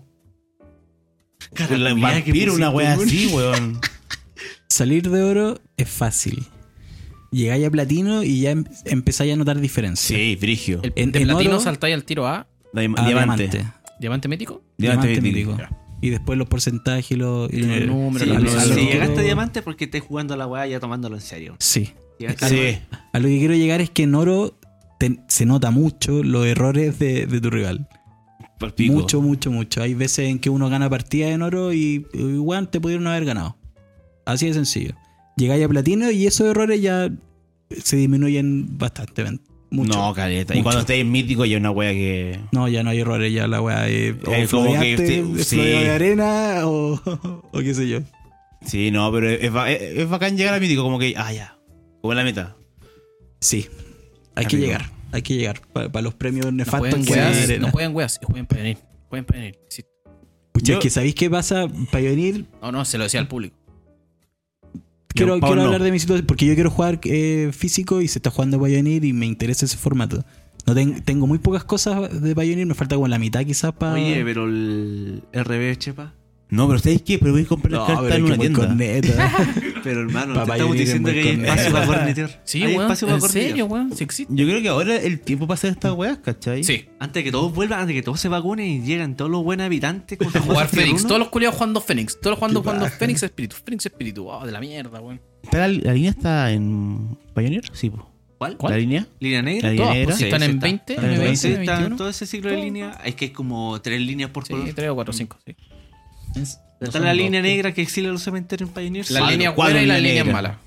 Con la culiá que vampiro, una pusiste, wea weón. así, weón. Salir de oro es fácil. Llegáis a platino y ya em- empezáis a notar diferencias. Sí, frigio. El, En- de en platino oro- saltáis al tiro a La- a diamante. diamante. diamante mítico. Diamante Diamante mítico. mítico. Y después los porcentajes y los, y Los los- números, Sí, a las lo- si a lo luces. que llegaste quiero- a diamante porque estés jugando a la weá ya tomándolo en serio. Sí. Llegaste a Sí. diamante. A lo que quiero llegar es que en oro te- se nota mucho los errores de, de tu rival. Por pico. Mucho, mucho, mucho. Hay veces en que uno gana partidas en oro y igual te pudieron haber ganado. Así de sencillo. Llegáis a platino y esos errores ya se disminuyen bastante. Mucho. No, caleta. Y Mucho. cuando estés en mítico ya es una wea que. No, ya no hay errores, ya la weá es o Es como que florearte, sí, es sí. floreo de arena o, o qué sé yo. Sí, no, pero es, ba- es- es bacán llegar a mítico, como que. Ah, ya. Como en la meta. Sí, hay Qué que rico. llegar, hay que llegar para los premios No nefastos jueguen que hay en weas, arena. no jueguen weas, jueguen para venir. Jueguen para venir. Sí. Pucha, Yo- es que ¿sabéis qué pasa? Para venir, No, no, se lo decía al público. quiero, Pau, quiero no. hablar de mi situación, porque yo quiero jugar eh, físico y se está jugando Pioneer y me interesa ese formato. No ten- tengo muy pocas cosas de Pioneer, me falta como la mitad quizás para... Oye, pero el R B, chepa. No, pero ¿sabes qué? Pero voy a comprar las no, cartas pero en es una que muy tienda. corneta. Pero hermano, Pa' te estamos Pioneer es diciendo muy que hay corneta. espacio para cornetear. Sí, hay weón. espacio ¿En para cornetear. serio, weón? Sí existe. Yo creo que ahora el tiempo para hacer estas weas, ¿cachai? Sí. Antes de que todos vuelvan, antes de que todos se vacunen y llegan todos los buenos habitantes con A jugar Tier Fénix. uno. Todos los culiados jugando Fénix. Todos jugando, Qué jugando paja. Fénix Espíritu. Fénix Espíritu. Oh, de la mierda, weón. ¿Está la, la línea está en Pioneer? Sí, po. ¿Cuál? ¿Cuál? ¿La línea? ¿Línea negra? La línea Todas, negra. pues, si están Sí, en sí está. veinte, Están en en veinte, Sí, en está veintiuno. todo ese ciclo de línea. Es que hay como tres líneas por Sí, color. tres o cuatro, cinco, sí. Está la línea negra que exila los cementerios en Pioneer. La Sí. línea cuatro buena y la línea línea negra. mala.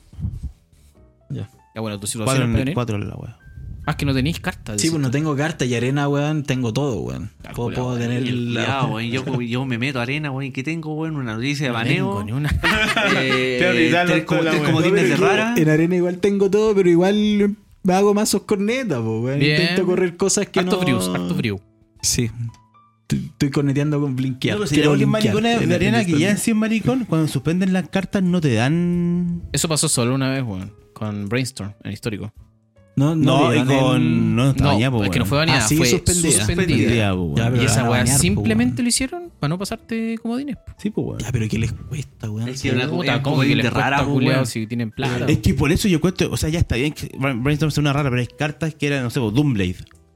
Ya. Ya bueno, tu situación Cuatro, en en- Pioneer. cuatro en la wea. Ah, es que no tenéis cartas. Sí, pues no tengo carta y arena, weón, tengo todo, weón. Ah, Puedo, culiao, puedo weón. tener Y el la... culiao, weón, yo, yo me meto a arena, weón. ¿Qué tengo, weón? Una noticia de No baneo. tengo ni una. eh, Prioridad tres no como- está la tres weón. comodines de No, pero rara. En arena igual tengo todo, pero igual me hago mazos cornetas, po, weón. Bien. Intento correr cosas que Harto no... frius, harto frío. Sí. Estoy- Estoy corneteando con blinkear. No, pero si Quiero la última blinkear maricona en- de arena en que esto. ya en cien maricón, cuando suspenden las cartas no te dan. Eso pasó solo una vez, weón. Con Brainstorm, en histórico. No, No, no, y le dan con. el- No, está No, bañada, po, es que no weón. fue baneada, Ah, sí, fue suspendida. suspendida. Suspendida, po, Ya, weón. pero Y la esa van a weá banear, po, simplemente weón. lo hicieron para no pasarte comodines. po. Sí, pues, weón. Ya, pero ¿qué les cuesta, weón? Es que una Puta, una ¿cómo comodín que les de cuesta, rara, culiao, weón. si tienen plata? Es que por eso yo cuento, o sea, ya está bien que Brainstorm sea una rara, pero hay cartas que eran, no sé, pues, Doomblade.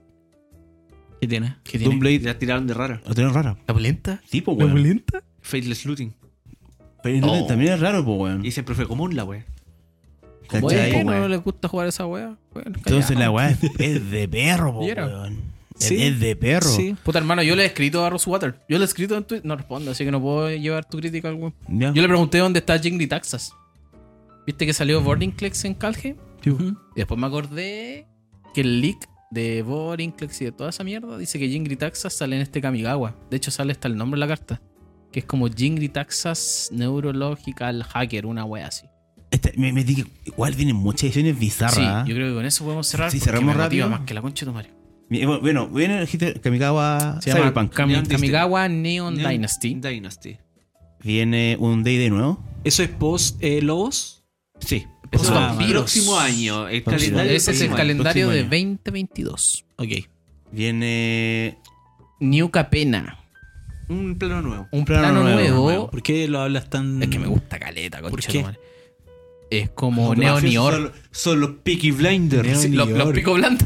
¿Qué tiene? ¿Qué tiene? Doomblade Ya tiraron de rara. lo tienen rara. ¿La polenta? Sí, pues, ¿La weón. polenta? Faithless Looting. Pero Oh. también es raro, pues, weón. Y siempre fue común la weón. ¿Cómo ¿Cachai? es que no weón? les gusta jugar esa weá? Bueno, Entonces callao. la weá es, es de perro, po, ¿Y era? weón. Es- Sí. Es de perro. Sí. Puta hermano, yo le he escrito a Rosewater. Yo le he escrito en Twitter. No responde, así que no puedo llevar tu crítica al weón. Ya. Yo le pregunté dónde está Jingly Taxas. ¿Viste que salió Boardingclex en Calge? Ujú. Y después me acordé que el leak de Boardingclex y de toda esa mierda dice que Jingly Taxas sale en este Kamigawa. De hecho, sale hasta el nombre en la carta. Que es como Jingly Taxas Neurological Hacker, una wea así. Este, me, me dije, igual vienen muchas ediciones bizarras. Sí, ¿ah? yo creo que con eso podemos cerrar. Sí, porque cerramos me motiva rápido. más que la concha de tu madre. Mi- Bueno, viene el hit Kamigawa Se llama Cyberpunk. Kami- Neon Kamigawa Neon, Neon Dynasty. Dynasty. Viene un Day de nuevo. ¿Eso es post eh, Lobos? Sí. Pues Eso son el vampiros. próximo año. El Próximo calendario del Ese es el próximo año. calendario de Próximo año. veinte veintidós. Ok. Viene New Capena. Un plano nuevo. Un plano plano, nuevo, nuevo. nuevo. ¿Por qué lo hablas tan...? Es que me gusta caleta, ¿Por concha qué? de tu madre. Es como Los Neo mafiosos Nior. Son, son los Peaky Blinders. Neo Sí, los, Nior. los picos blancos.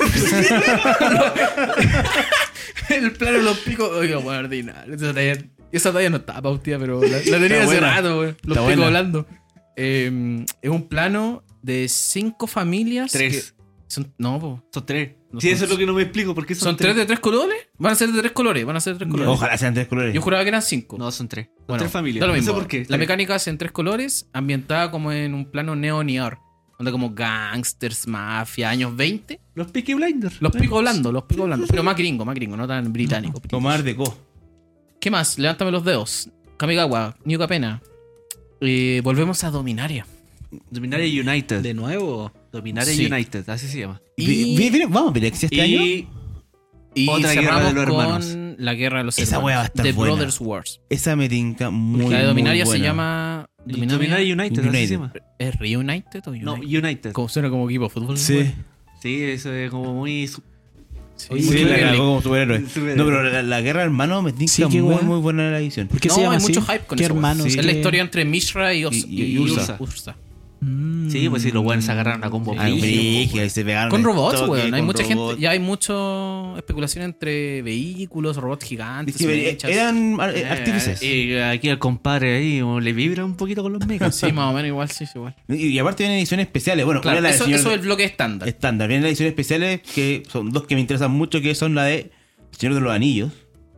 El plano de los picos. Oiga, bueno, ordinario. Esa talla, esa talla no estaba pautida, pero la, la tenía Está hace buena. rato, güey. Los Está picos buena. hablando. Eh, es un plano de cinco familias. Tres. que son- no, po. Son tres. No Sí, son- eso es lo que no me explico. ¿Por qué son, ¿Son tres de tres colores? Van a ser de tres colores, van a ser de tres colores. Ojalá sean tres colores. Yo juraba que eran cinco. No, son tres. Son Bueno, tres familias. da lo No sé mismo. por qué. La mecánica es en tres colores, ambientada como en un plano neo-noir. Donde como gangsters, mafia, años veinte. Los Peaky Blinders. Los pico blando, los pico blando. Pero más gringo, más gringo, no tan británico. Tomar de co. ¿Qué más? Levántame los dedos. Kamigawa, New Capena. Eh, volvemos a Dominaria. Dominaria United. De nuevo. Dominaria Sí. United, así se llama. Y- Vi- vi- vi- Vamos a Pirexia este año. Y Y Otra guerra cerramos de los con hermanos. la guerra de los Esa hermanos. wea va a estar The buena. Brothers Wars. Esa me tinca muy la de Dominaria muy se buena. llama... y Dominaria United, así United. se llama. ¿Es Reunited o United? No, United. Como suena como equipo de fútbol. Sí. Sí, eso es como muy. su- Sí, Oye, Sí, muy la bien. cagó como superhéroe. Superhéroe. No, pero la, la guerra hermano me tinca Sí, qué muy, wea. muy buena la edición. ¿Por qué No, se llama hay así? mucho hype con ¿Qué eso, hermanos? Es ¿Qué- la historia entre Mishra y, Os- Y- y y Ursa. Ursa. Mm. Sí, pues sí, los buenos se agarraron a combo. Ah, brígido, brígido, pues, y se pegaron Con el robots, toque, weón. Hay con mucha robots. gente, ya hay mucha especulación entre vehículos, robots gigantes, Es que mechas. eran ar- Eh, artífices. Y aquí el compadre ahí como le vibra un poquito con los mechas. Sí, más o menos igual, sí, sí, igual. Y, y aparte vienen ediciones especiales. Bueno, Claro, una es la eso, del eso señor es el bloque estándar. estándar. Vienen las ediciones especiales que son dos que me interesan mucho, que son la de Señor de los Anillos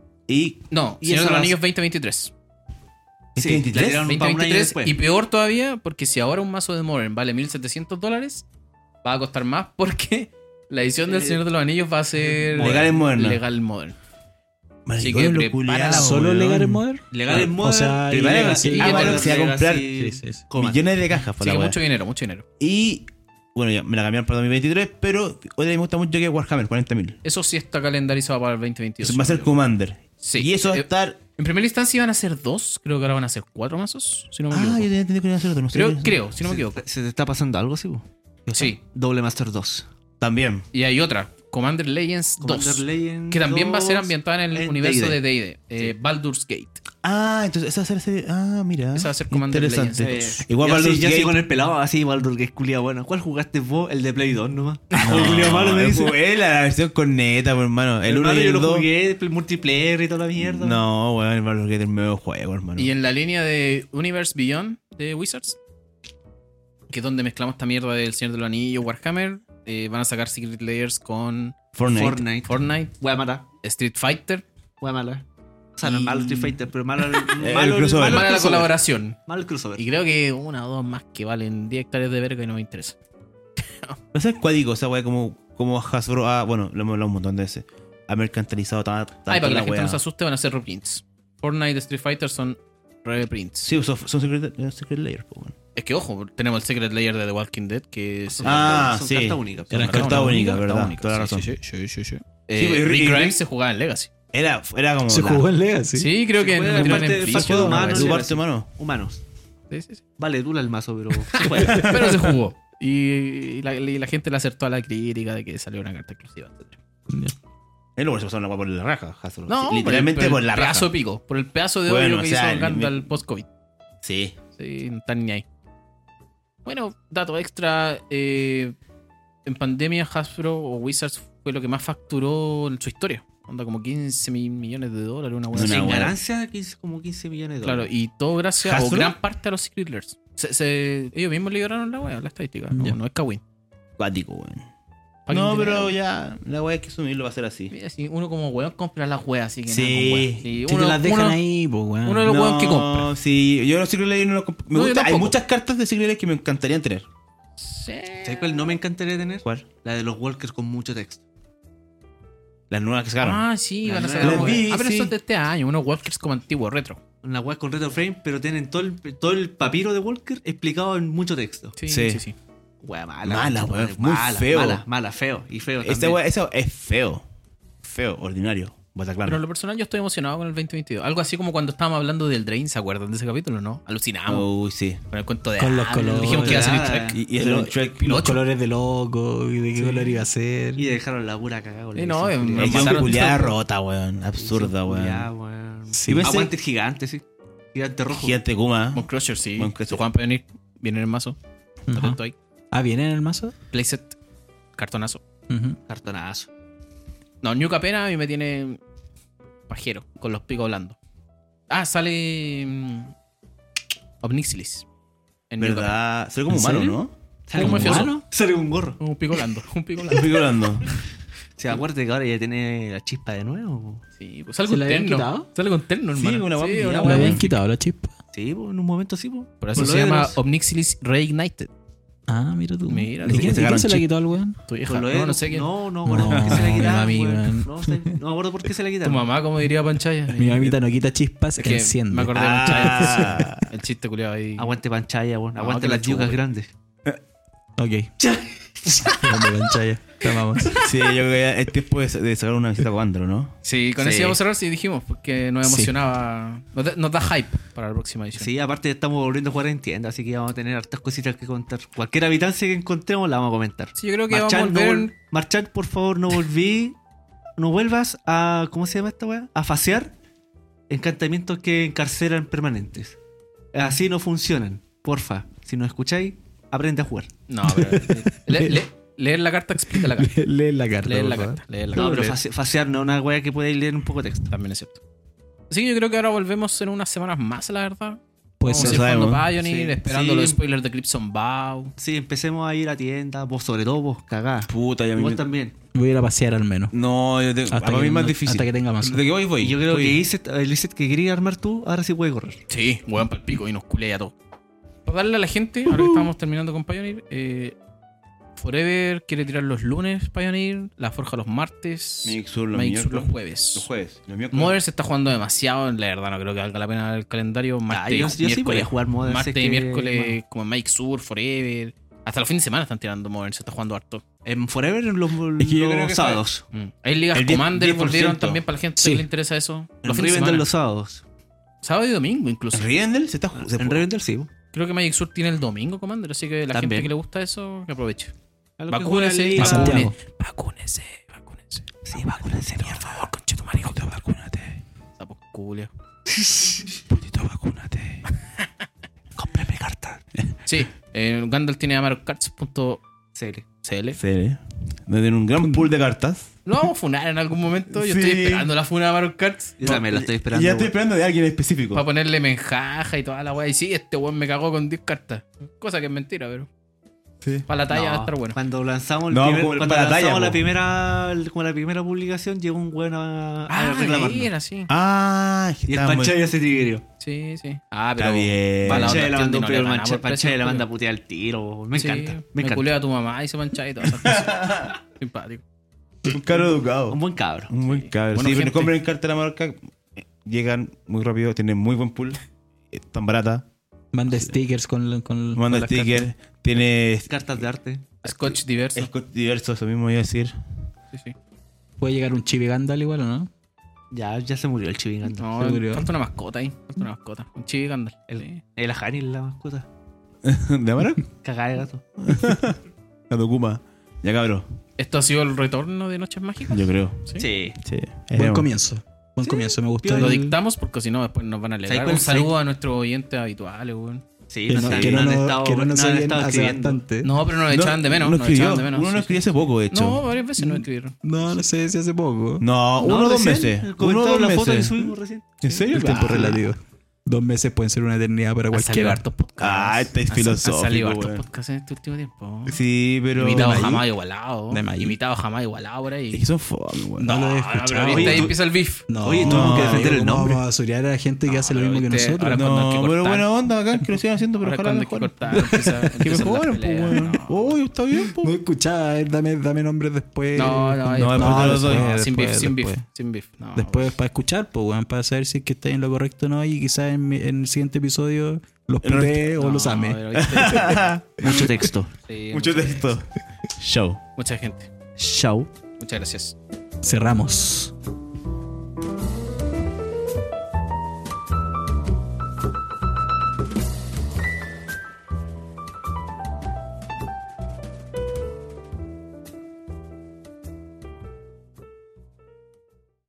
y No, Y Señor esa de los las- Anillos veinte veintitrés. ¿este Sí, veintitrés? la tiraron para un año veinte veintitrés después. y peor todavía, porque si ahora un mazo de Modern vale mil setecientos dólares, va a costar más porque la edición del Eh, Señor de los Anillos va a ser Legal en Modern. Legal en Modern. Maricón, Así que lo prepara culiao, la- ¿Solo weón. legal en Modern? Legal en O Modern. sea, y y Legacy- Legacy- y ah, bueno, Legacy- se va a comprar- Legacy- Sí, sí, sí. Command. Millones de cajas Así para que la mucho wea. dinero, mucho dinero. Y bueno, ya me la cambiaron para dos mil veintitrés, pero otra me gusta mucho que es Warhammer, cuarenta mil. Eso sí está calendarizado para el veinte veintidós. Va a ser Commander. Sí. Y eso va a Eh, estar. En primera instancia iban a ser dos, creo que ahora van a ser cuatro mazos, si no me Ah, yo equivoco. tenía entendido que iba a ser otro, no sé. Creo, creo, si no me Se- equivoco. ¿Se te está pasando algo, sí? po? Sí. Doble Master dos. También. Y hay otra, Commander Legends Commander dos, Legends que también va a ser dos ambientada en el en universo D and D. de D and D, eh, Baldur's Gate. Ah, entonces esa va a ser serie. Ah, mira. Esa va a ser Commander Interesante. Legends. Eh, Igual ya Baldur's sí, ya Gate- sí con el pelado, así Baldur que es culia bueno. ¿Cuál jugaste vos? El de Play dos nomás. No, El culiao malo me el dice. jugué la versión con neta, pues, hermano. El uno Hermano, y yo el lo dos. jugué, el multiplayer y toda la mierda. No, weón, el Baldur's Gate es el medio juego, hermano. Y en la línea de Universe Beyond de Wizards, que es donde mezclamos esta mierda del Señor de los Anillos, Warhammer, eh, van a sacar Secret Layers con Fortnite. Fortnite. Fortnite, Wea mala. Street Fighter. Wea mala. O sea, no es Y- malo Street Fighter, pero malo el, El malo, crossover. malo el Mala la crossover. colaboración. Malo el crossover. Y creo que una o dos más que valen diez hectáreas de verga y no me interesa. No sé, cuádico, esa weá, como, como Hasbro. Ah, bueno, lo hemos hablado un montón de veces. Ha mercantilizado tan- tanto Ay, para que la, la gente weá. no se asuste, van a ser reprints. Fortnite y Street Fighter son reprints. Sí, son, son Secret, eh, Secret Layers, pues, weón. Es que ojo, tenemos el Secret Layer de The Walking Dead, que es. Son Ah, cartas- son sí. cartas únicas. Eran Carta carta única, carta ¿verdad? única, Toda la sí, razón. Sí, sí, sí, sí. Sí, Eh, pues, y- Rick y- Grimes se jugaba en Legacy. Era, era como. Se la- jugó en Legacy. Sí, creo Se que juega lo en tiraron parte en de Free, fase juego, humano, una Tu vez. sí. parte, mano. Humanos. Sí, sí, sí. Vale, dura el mazo, pero. se juega. Pero se jugó. Y, y la, y la gente le acertó a la crítica de que salió una carta exclusiva, etcétera. Es lo que se pasó una weá por la raja, Hasbro. No, Sí, literalmente por, por, el, la por el raja. pedazo de pico. Por el pedazo de Bueno, odio que o sea, hizo el- Gandalf post-COVID. Sí. Sí, no están ni ahí. Bueno, dato extra. eh, en pandemia, Hasbro o Wizards fue lo que más facturó en su historia. Onda como quince mil millones de dólares, una buena Una Sin wea. ganancia, quince como quince millones de Claro, dólares. y todo gracias o ¿Hasbro? gran parte a los Secret Layers. Se, se- ellos mismos liberaron la wea, la estadística. No, Ya. no es Kawin. Cuático, weón. Paguen No, dinero. pero ya, la weá hay que asumirlo, va a ser así. Mira, si uno como weón compra las weas, así que Sí. nada con weas. Sí, Si te uno- las dejan uno- ahí, pues, weón. uno de los weón que compra. No, sí, yo los Secret Layers no los comp- Me No, yo gusta, hay tampoco. muchas cartas de Secret Layers que me encantarían tener. Sí. ¿Sabes cuál no me encantaría tener? ¿Cuál? La de los walkers con mucho texto. Las nuevas que sacaron. Ah, sí, La van a nueva. sacar Las weas. vi, Ah, pero sí. eso es de este año, unos walkers como antiguos, retro. Una web con retro frame, pero tienen todo el, todo el papiro de Walker explicado en mucho texto. Sí, Sí. sí, sí. Wea mala. Mala, concha, wea, madre, muy mala, feo. Mala, mala, feo. Y feo Esta también. weá, eso es feo. Feo, ordinario. Bataclan. Pero en lo personal yo estoy emocionado con el veinte veintidós. Algo así como cuando estábamos hablando del Drain, ¿se acuerdan de ese capítulo, no? Alucinamos Uy, sí. con el cuento de Con los ah, colores. Dijimos que iba a salir Ah, Shrek. Y, y Y ese era lo- un Shrek Los Pinocho. colores de loco y de qué color iba a ser. Y dejaron la pura cagada con la Eh, no, edición eh, culiada. me Es que es mataron culiada todo. rota, weón. Absurda, Culiada, weón. weón. Sí. Y pensé- Aguante el gigante, sí. Gigante rojo. Gigante Kuma. Bone Crusher, sí. Bone Crusher. Su Juan puede venir. Viene en el mazo. Ujú. Atento ahí. Ah, ¿viene en el mazo? Playset. Cartonazo. Ujú. Cartonazo. No, New Capena a mí me tiene pajero con los picos blandos. Ah, sale mm, Obnixilis. En New ¿Verdad? Se ve como ¿En humano, serio? ¿no? Capena. Un mafioso. Sale un gorro. Un pico blando. Un pico blando. Estoy hablando. Se acuerde que ahora ya tiene la chispa de nuevo. Sí, pues sale ¿Se con la habían terno. quitado? Sale con terno, Sí, hermano. una guapa- una una ¿Le guapa- habían quitado la chispa? Sí, pues, en un momento sí, pues. Por eso Por se lo de llama los- Omnixilis Reignited. Ah, mira tú. Mira, ¿Y quién, le y quién sacaron se la chip. quitó al weón? Tu hija. Por lo No, de- no sé quién. No, no me acuerdo No, por qué se la mi quitaron. mami, weón. weón. No, sé, no me acuerdo por qué se la Tu quitaron. mamá, como diría Panchaya. Mi mamita no quita chispas, Es que enciende. me acordé de Ah. Panchaya. El chiste culiado ahí. Aguante panchaya, weón. No, Aguante que la las yucas chupe. grandes. Ok. Grande Panchaya. Te amamos. Sí, yo creo que ya es tiempo de, de sacar una visita con Andro, ¿no? Sí, con Sí. eso íbamos a cerrar, sí dijimos, porque nos Sí. emocionaba. Nos da, nos da hype para la próxima edición. Sí, aparte estamos volviendo a jugar en tienda, así que vamos a tener hartas cositas que contar. Cualquier habitancia que encontremos la vamos a comentar. Sí, yo creo que Marchand, vamos a no volver. vol- Marchand, por favor, no volví. No vuelvas a. ¿Cómo se llama esta weá? A fasear encantamientos que encarcelan permanentes. Así no funcionan. Porfa, si nos escucháis, aprende a jugar. No, pero. le- le- leer la carta explica la carta. Lee la carta. Leer la por favor. carta. Leer la No, carta. pero fase- fasear no es una weá que podáis leer un poco de texto. También es cierto. Así que yo creo que ahora volvemos en unas semanas más, la verdad. Puede Vamos a ser. ir jugando sabemos. Pioneer, Sí. esperando Sí. los spoilers de Crimson Vow. Sí, empecemos a ir a tienda. Vos, sobre todo, vos, cagá. Puta, ya Y me... vos también. Voy a ir a pasear al menos. No, yo tengo... Hasta para que mí es más no- difícil. hasta que tenga más. ¿De qué voy? Voy. Y yo creo Voy. que Iset, el Iset que quería armar tú, ahora sí puede correr. Sí, weón, para el pico y nos culea todo. Para darle a la gente, ahora que estamos terminando con Pioneer, eh, Forever quiere tirar los lunes Pioneer, La Forja los martes, Magic Sur los Magic Sur miércoles. los jueves. Los jueves. Los miércoles. Modern se está jugando demasiado, la verdad no creo que valga la pena el calendario. Martes, Ah, yo, yo sí miércoles, podía jugar Modern. martes si es y que- miércoles como Magic Sur, Forever. Hasta los fines de semana están tirando Modern, se está jugando harto. En Forever, en los, Es que yo creo los que sábados. Mm. Hay ligas El diez- Commander, diez por ciento. volvieron también para la gente Sí. que le interesa eso. En Los fines de Rivendell semana. los sábados. Sábado y domingo incluso. ¿En Rivendell? Se está... Se En Rivendell sí. Creo que Magic Sur tiene el domingo Commander, así que la También. gente que le gusta eso, que aproveche. A los que Vacúnese, juegan Liga- A Santiago. Vacúnese, vacúnese. Sí, vacúnense, Por favor, conche tu marido. Vacúnate. Sapo culia. Putito, vacúnate. Cómprame cartas. Sí, eh, Gandalf tiene amaroccards punto c l. Sí, donde tiene un gran pool de cartas. Lo vamos a funar en algún momento. Yo Sí. estoy esperando la funa de Amaroccards Yo también la estoy esperando. Y ya estoy weón. esperando de alguien específico. para ponerle menjaja y toda la weá. Y sí, este weón me cagó con diez cartas. Cosa que es mentira, pero Sí. para la talla No, va a estar bueno. Cuando lanzamos, el No, primer- como cuando para la lanzamos talla, la po. primera el- como la primera publicación, llegó un weón a, a Ah, reclamarnos. era así. Ah, es que Y el estaba muy- Panchaya se tigrió. Sí, sí. Ah, pero. Está bien. va la Panchaya otra le manda un tienda y no pero le ganamos Panchaya por precio, Panchaya le manda a culiao. putear al tiro. Me Sí, encanta. Me Me encanta. culea a tu mamá y se mancha y todas esas cosas. Simpático. Un caro educado. Un buen cabro. Un buen cabrón. Bueno, sí, pero gente. compren carta de la marca. Llegan muy rápido, tienen muy buen pool. Están barata. Manda stickers con, con, Manda con las sticker. cartas. Tiene Cartas de arte. Scotch diverso. Scotch diversos, eso mismo iba a decir. Sí, sí. Puede llegar un Chibi Gandalf igual, ¿o no? Ya, ya se murió el chivingando. No, Se murió. falta una mascota ahí. Falta una mascota. Un chibi Gandalf. Sí. El Ajani es la mascota. ¿De Amara? Cagada de gato. La Dokuma. Ya cabrón. Esto ha sido el retorno de Noches Mágicas. Yo creo. Sí. Sí. Sí. Buen Eh, comienzo. Buen comienzo, me gustó. Lo el- dictamos porque si no después nos van a ¿Sabes alegar. cuál- Un saludo a nuestros oyentes habituales, weón. Sí, que nos no, han- que no nos han nos- estado- que no nos nos han oyen estado hace escribiendo. bastante. No, pero nos echaban de menos. No nos echaban escribió. de menos. Uno no sí, escribió hace poco, de sí. hecho. No, varias veces nos escribieron. No, no sé si hace poco. No, No, uno o dos recién, meses. el Uno o comentario dos de la foto que meses. subimos recién. ¿En serio? El tiempo Ah. relativo. Dos meses pueden ser una eternidad para Han salido cualquiera. hartos podcasts. Ah, este es Han- Han filosófico, salido hartos weón. podcasts en este último tiempo. Sí, pero. Invitado Magic. jamás igualado. De Magic. Invitado jamás igualado por ahí. Es que son fome, weón. No lo he No, escuchado. pero viste, Oye, ahí tú- empieza el beef. No, Oye, tuvimos que defender el ¿cómo nombre? Vamos a basurear a la gente que No, hace lo pero mismo que viste, nosotros. ahora cuando hay No, que pero cortar. buena onda acá, que lo sigan haciendo, pero Ahora ojalá cuando hay que mejor. cortar, empieza, Que empiezan las mejoren, pues, peleas, weón. no. Uy, está bien, No pues. escuchaba, a ver, dame, dame nombres después. No, no, No, ahí- después no, te los doy. después, sin Después, beef, sin beef, después. sin beef. No, Después para escuchar, pues, weón, para saber si es que está en lo correcto o no. Y quizás en, mi- en el siguiente episodio los El putee o no, los ame. pero viste, Mucho texto. sí, Mucho mucha- texto. Show. Mucha gente. Chao. Muchas gracias. Cerramos.